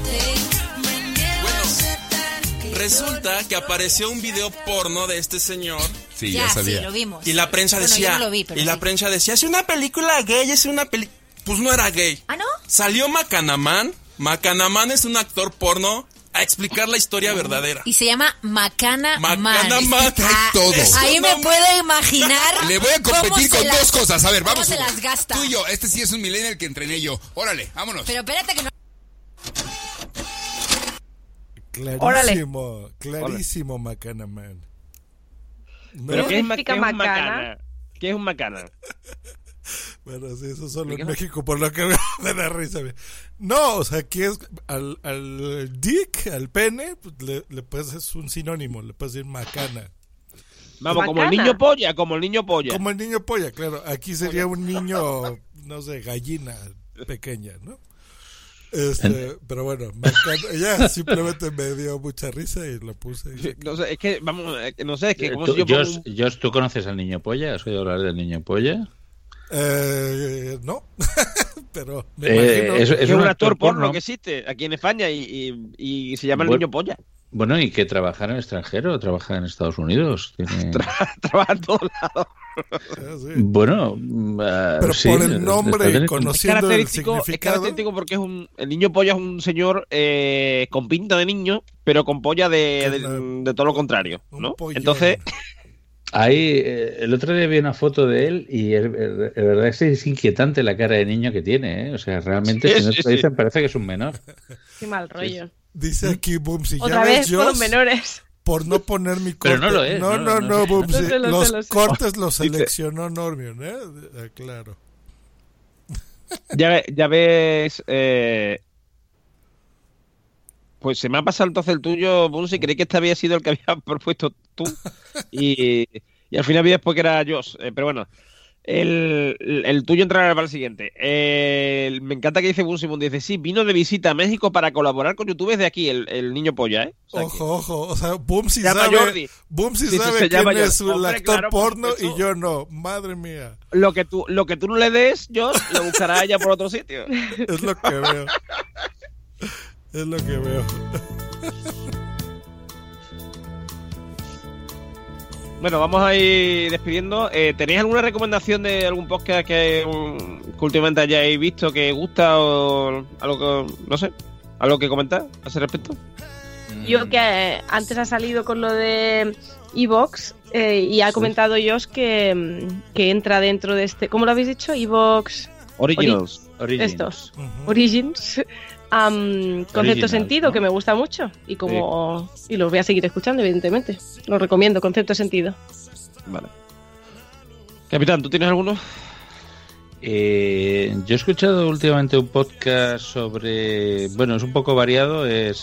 Bueno, resulta que apareció un video porno de este señor. Sí, ya sabía. Sí, lo vimos. Y la prensa decía, yo no lo vi, pero la prensa decía, es una película gay, es una película... Pues no era gay. ¿Ah, no? Salió Macanaman. Macanaman es un actor porno a explicar la historia verdadera. Y se llama Macana Man. Macana Man. Todos. Ahí me puedo imaginar. Le voy a competir con dos cosas. A ver, ¿Cómo vamos. se las gasta? Tú y yo. Este sí es un millennial que entrené yo. Órale, vámonos. Pero espérate que no. Clarísimo, clarísimo, Macana Man. ¿Pero qué es Macana? ¿Qué es un Macana? Bueno, sí, eso solo en México, por lo que me da risa. No, o sea, aquí es al dick, al pene, pues le puedes, es un sinónimo, le puedes decir macana. Vamos, como el niño polla, Como el niño polla, claro. Aquí sería un niño, no sé, gallina pequeña, ¿no? Pero bueno, ya simplemente me dio mucha risa y lo puse. No sé, es que, vamos, no sé, es que como ¿Tú, si yo Josh, ¿tú conoces al niño polla? ¿Has oído hablar del niño polla? No, pero me imagino es un actor porno que existe aquí en España y se llama el niño polla. Bueno, y que trabaja en el extranjero, trabaja en Estados Unidos. Trabaja en todos lados. Bueno, pero sí, por el nombre y conociendo el significado. Es característico porque el niño polla es un señor con pinta de niño, pero con polla de todo lo contrario, ¿no? Entonces... Ahí, el otro día vi una foto de él y la verdad es que es inquietante la cara de niño que tiene, ¿eh? O sea, realmente, si no te lo dicen, parece que es un menor. Qué mal rollo. Dice aquí, Bumsy, otra vez con los menores. Por no poner mi corte. Pero no lo es. No, Bumsy. Los cortes los Dice, seleccionó Normion, claro. Ya ves... Pues se me ha pasado entonces el tuyo, Bumsy. Creí que este había sido el que había propuesto tú. Y al final vi después que era Josh. Pero bueno, el tuyo entrará para el siguiente. Me encanta que dice Bumsy. Dice, sí, vino de visita a México para colaborar con youtubers de aquí, el niño polla, ¿eh? O sea, ojo. O sea, Bumsy sabe quién es el actor porno y yo no. Madre mía. Lo que tú no le des, Josh, lo buscará ella por otro sitio. Es lo que veo. Es lo que veo. Bueno, vamos a ir despidiendo. ¿Tenéis alguna recomendación de algún podcast que últimamente hayáis visto que gusta o algo que, no sé, algo que comentar a ese respecto? Yo que antes ha salido con lo de Evox y ha comentado Josh que entra dentro de este, ¿cómo lo habéis dicho? Evox Originals. Estos. Origins. Concepto sentido, ¿no? Que me gusta mucho y y los voy a seguir escuchando, evidentemente. Lo recomiendo, Concepto sentido. Vale. Capitán, ¿tú tienes alguno? Yo he escuchado últimamente un podcast sobre, bueno, es un poco variado,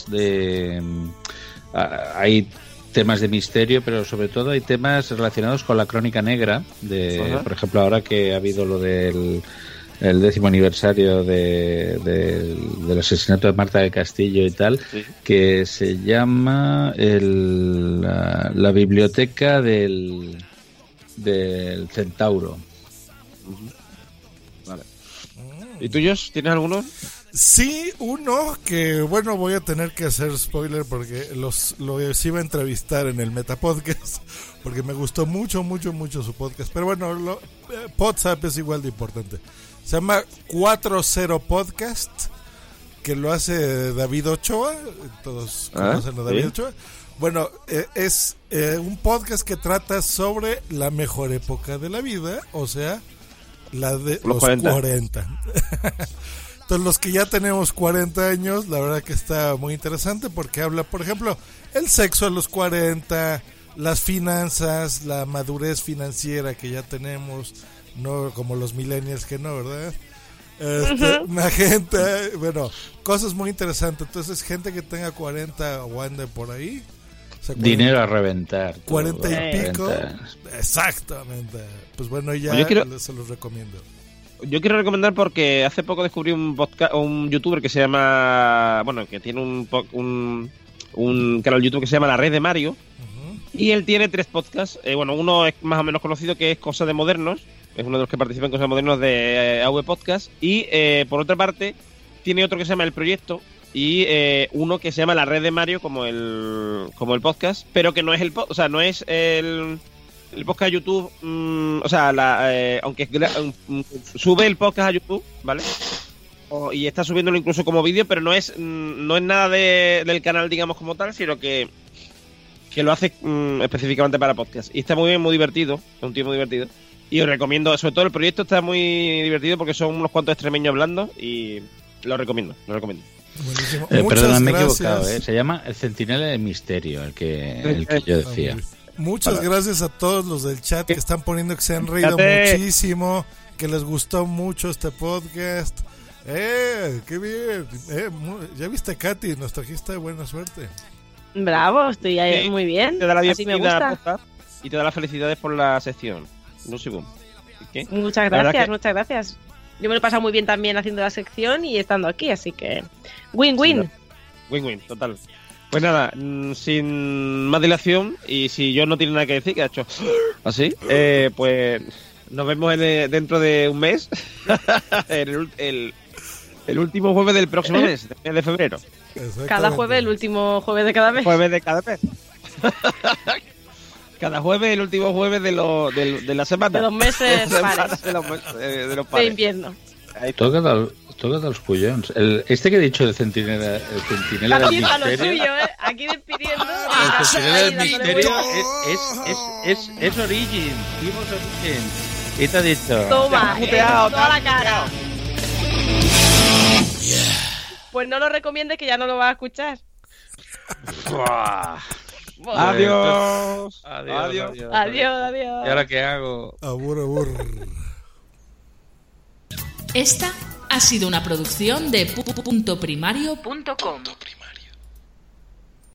hay temas de misterio, pero sobre todo hay temas relacionados con la crónica negra por ejemplo, ahora que ha habido lo del el 10º aniversario del asesinato de Marta del Castillo y tal, que se llama la biblioteca del Centauro. Vale. ¿Y tú, Josh, tienes alguno? Sí, uno que, bueno, voy a tener que hacer spoiler porque los iba a entrevistar en el Metapodcast, porque me gustó mucho su podcast. Pero bueno, WhatsApp es igual de importante. Se llama 40 Podcast, que lo hace David Ochoa. Todos conocen a David Ochoa. Bueno, es un podcast que trata sobre la mejor época de la vida, o sea, la de los 40. Entonces, los que ya tenemos 40 años, la verdad que está muy interesante porque habla, por ejemplo, el sexo a los 40, las finanzas, la madurez financiera que ya tenemos, no como los millennials que no, ¿verdad? Una gente, bueno, cosas muy interesantes. Entonces, gente que tenga 40 o ande por ahí. O sea, 40, dinero a reventar. 40 y pico. Exactamente. Pues bueno, ya se los recomiendo. Yo quiero recomendar porque hace poco descubrí un youtuber que se llama, bueno, que tiene un canal de YouTube que se llama La Red de Mario, y él tiene 3 podcasts. Bueno, uno es más o menos conocido, que es Cosas de Modernos, es uno de los que participa en Cosas de Modernos de AV Podcast, y por otra parte tiene otro que se llama El Proyecto, y uno que se llama La Red de Mario como el podcast, pero que no es no es el podcast a YouTube, o sea, aunque sube el podcast a YouTube, ¿vale? y está subiéndolo incluso como vídeo, pero no es nada del canal, digamos, como tal, sino que lo hace específicamente para podcast. Y está muy bien, muy divertido, es un tío muy divertido. Y os recomiendo, sobre todo el proyecto está muy divertido porque son unos cuantos extremeños hablando y lo recomiendo. Buenísimo. Perdón, me he gracias. equivocado, se llama El Centinela del Misterio, el que yo decía. Muchas gracias a todos los del chat que están poniendo que se han reído muchísimo, que les gustó mucho este podcast. ¡Qué bien! Ya viste, Katy, nos trajiste buena suerte. Bravo, estoy ahí muy bien. Te da la Así me gusta. Y te da las felicidades por la sección. No sé cómo. ¿Qué? Muchas gracias. Yo me lo he pasado muy bien también haciendo la sección y estando aquí, así que win-win. Sí, win-win, total. Pues nada, sin más dilación, y si yo no tiene nada que decir, que ha hecho así, pues nos vemos dentro de un mes, el último jueves del próximo mes, de febrero. Cada jueves, el último jueves de cada mes. Jueves de cada mes. Cada jueves, el último jueves de la semana. De los meses pares. De los pares. De invierno. Toca los collons. Este que he dicho, el centinela del misterio. Suyo, aquí despidiendo. El centinela del misterio es Origin. Vimos Origin. Y te ha dicho. Toma, toda la cara. Pues no lo recomiendes, que ya no lo vas a escuchar. Adiós. Adiós. ¿Y ahora qué hago? Abur. Esta ha sido una producción de puntoprimario.com.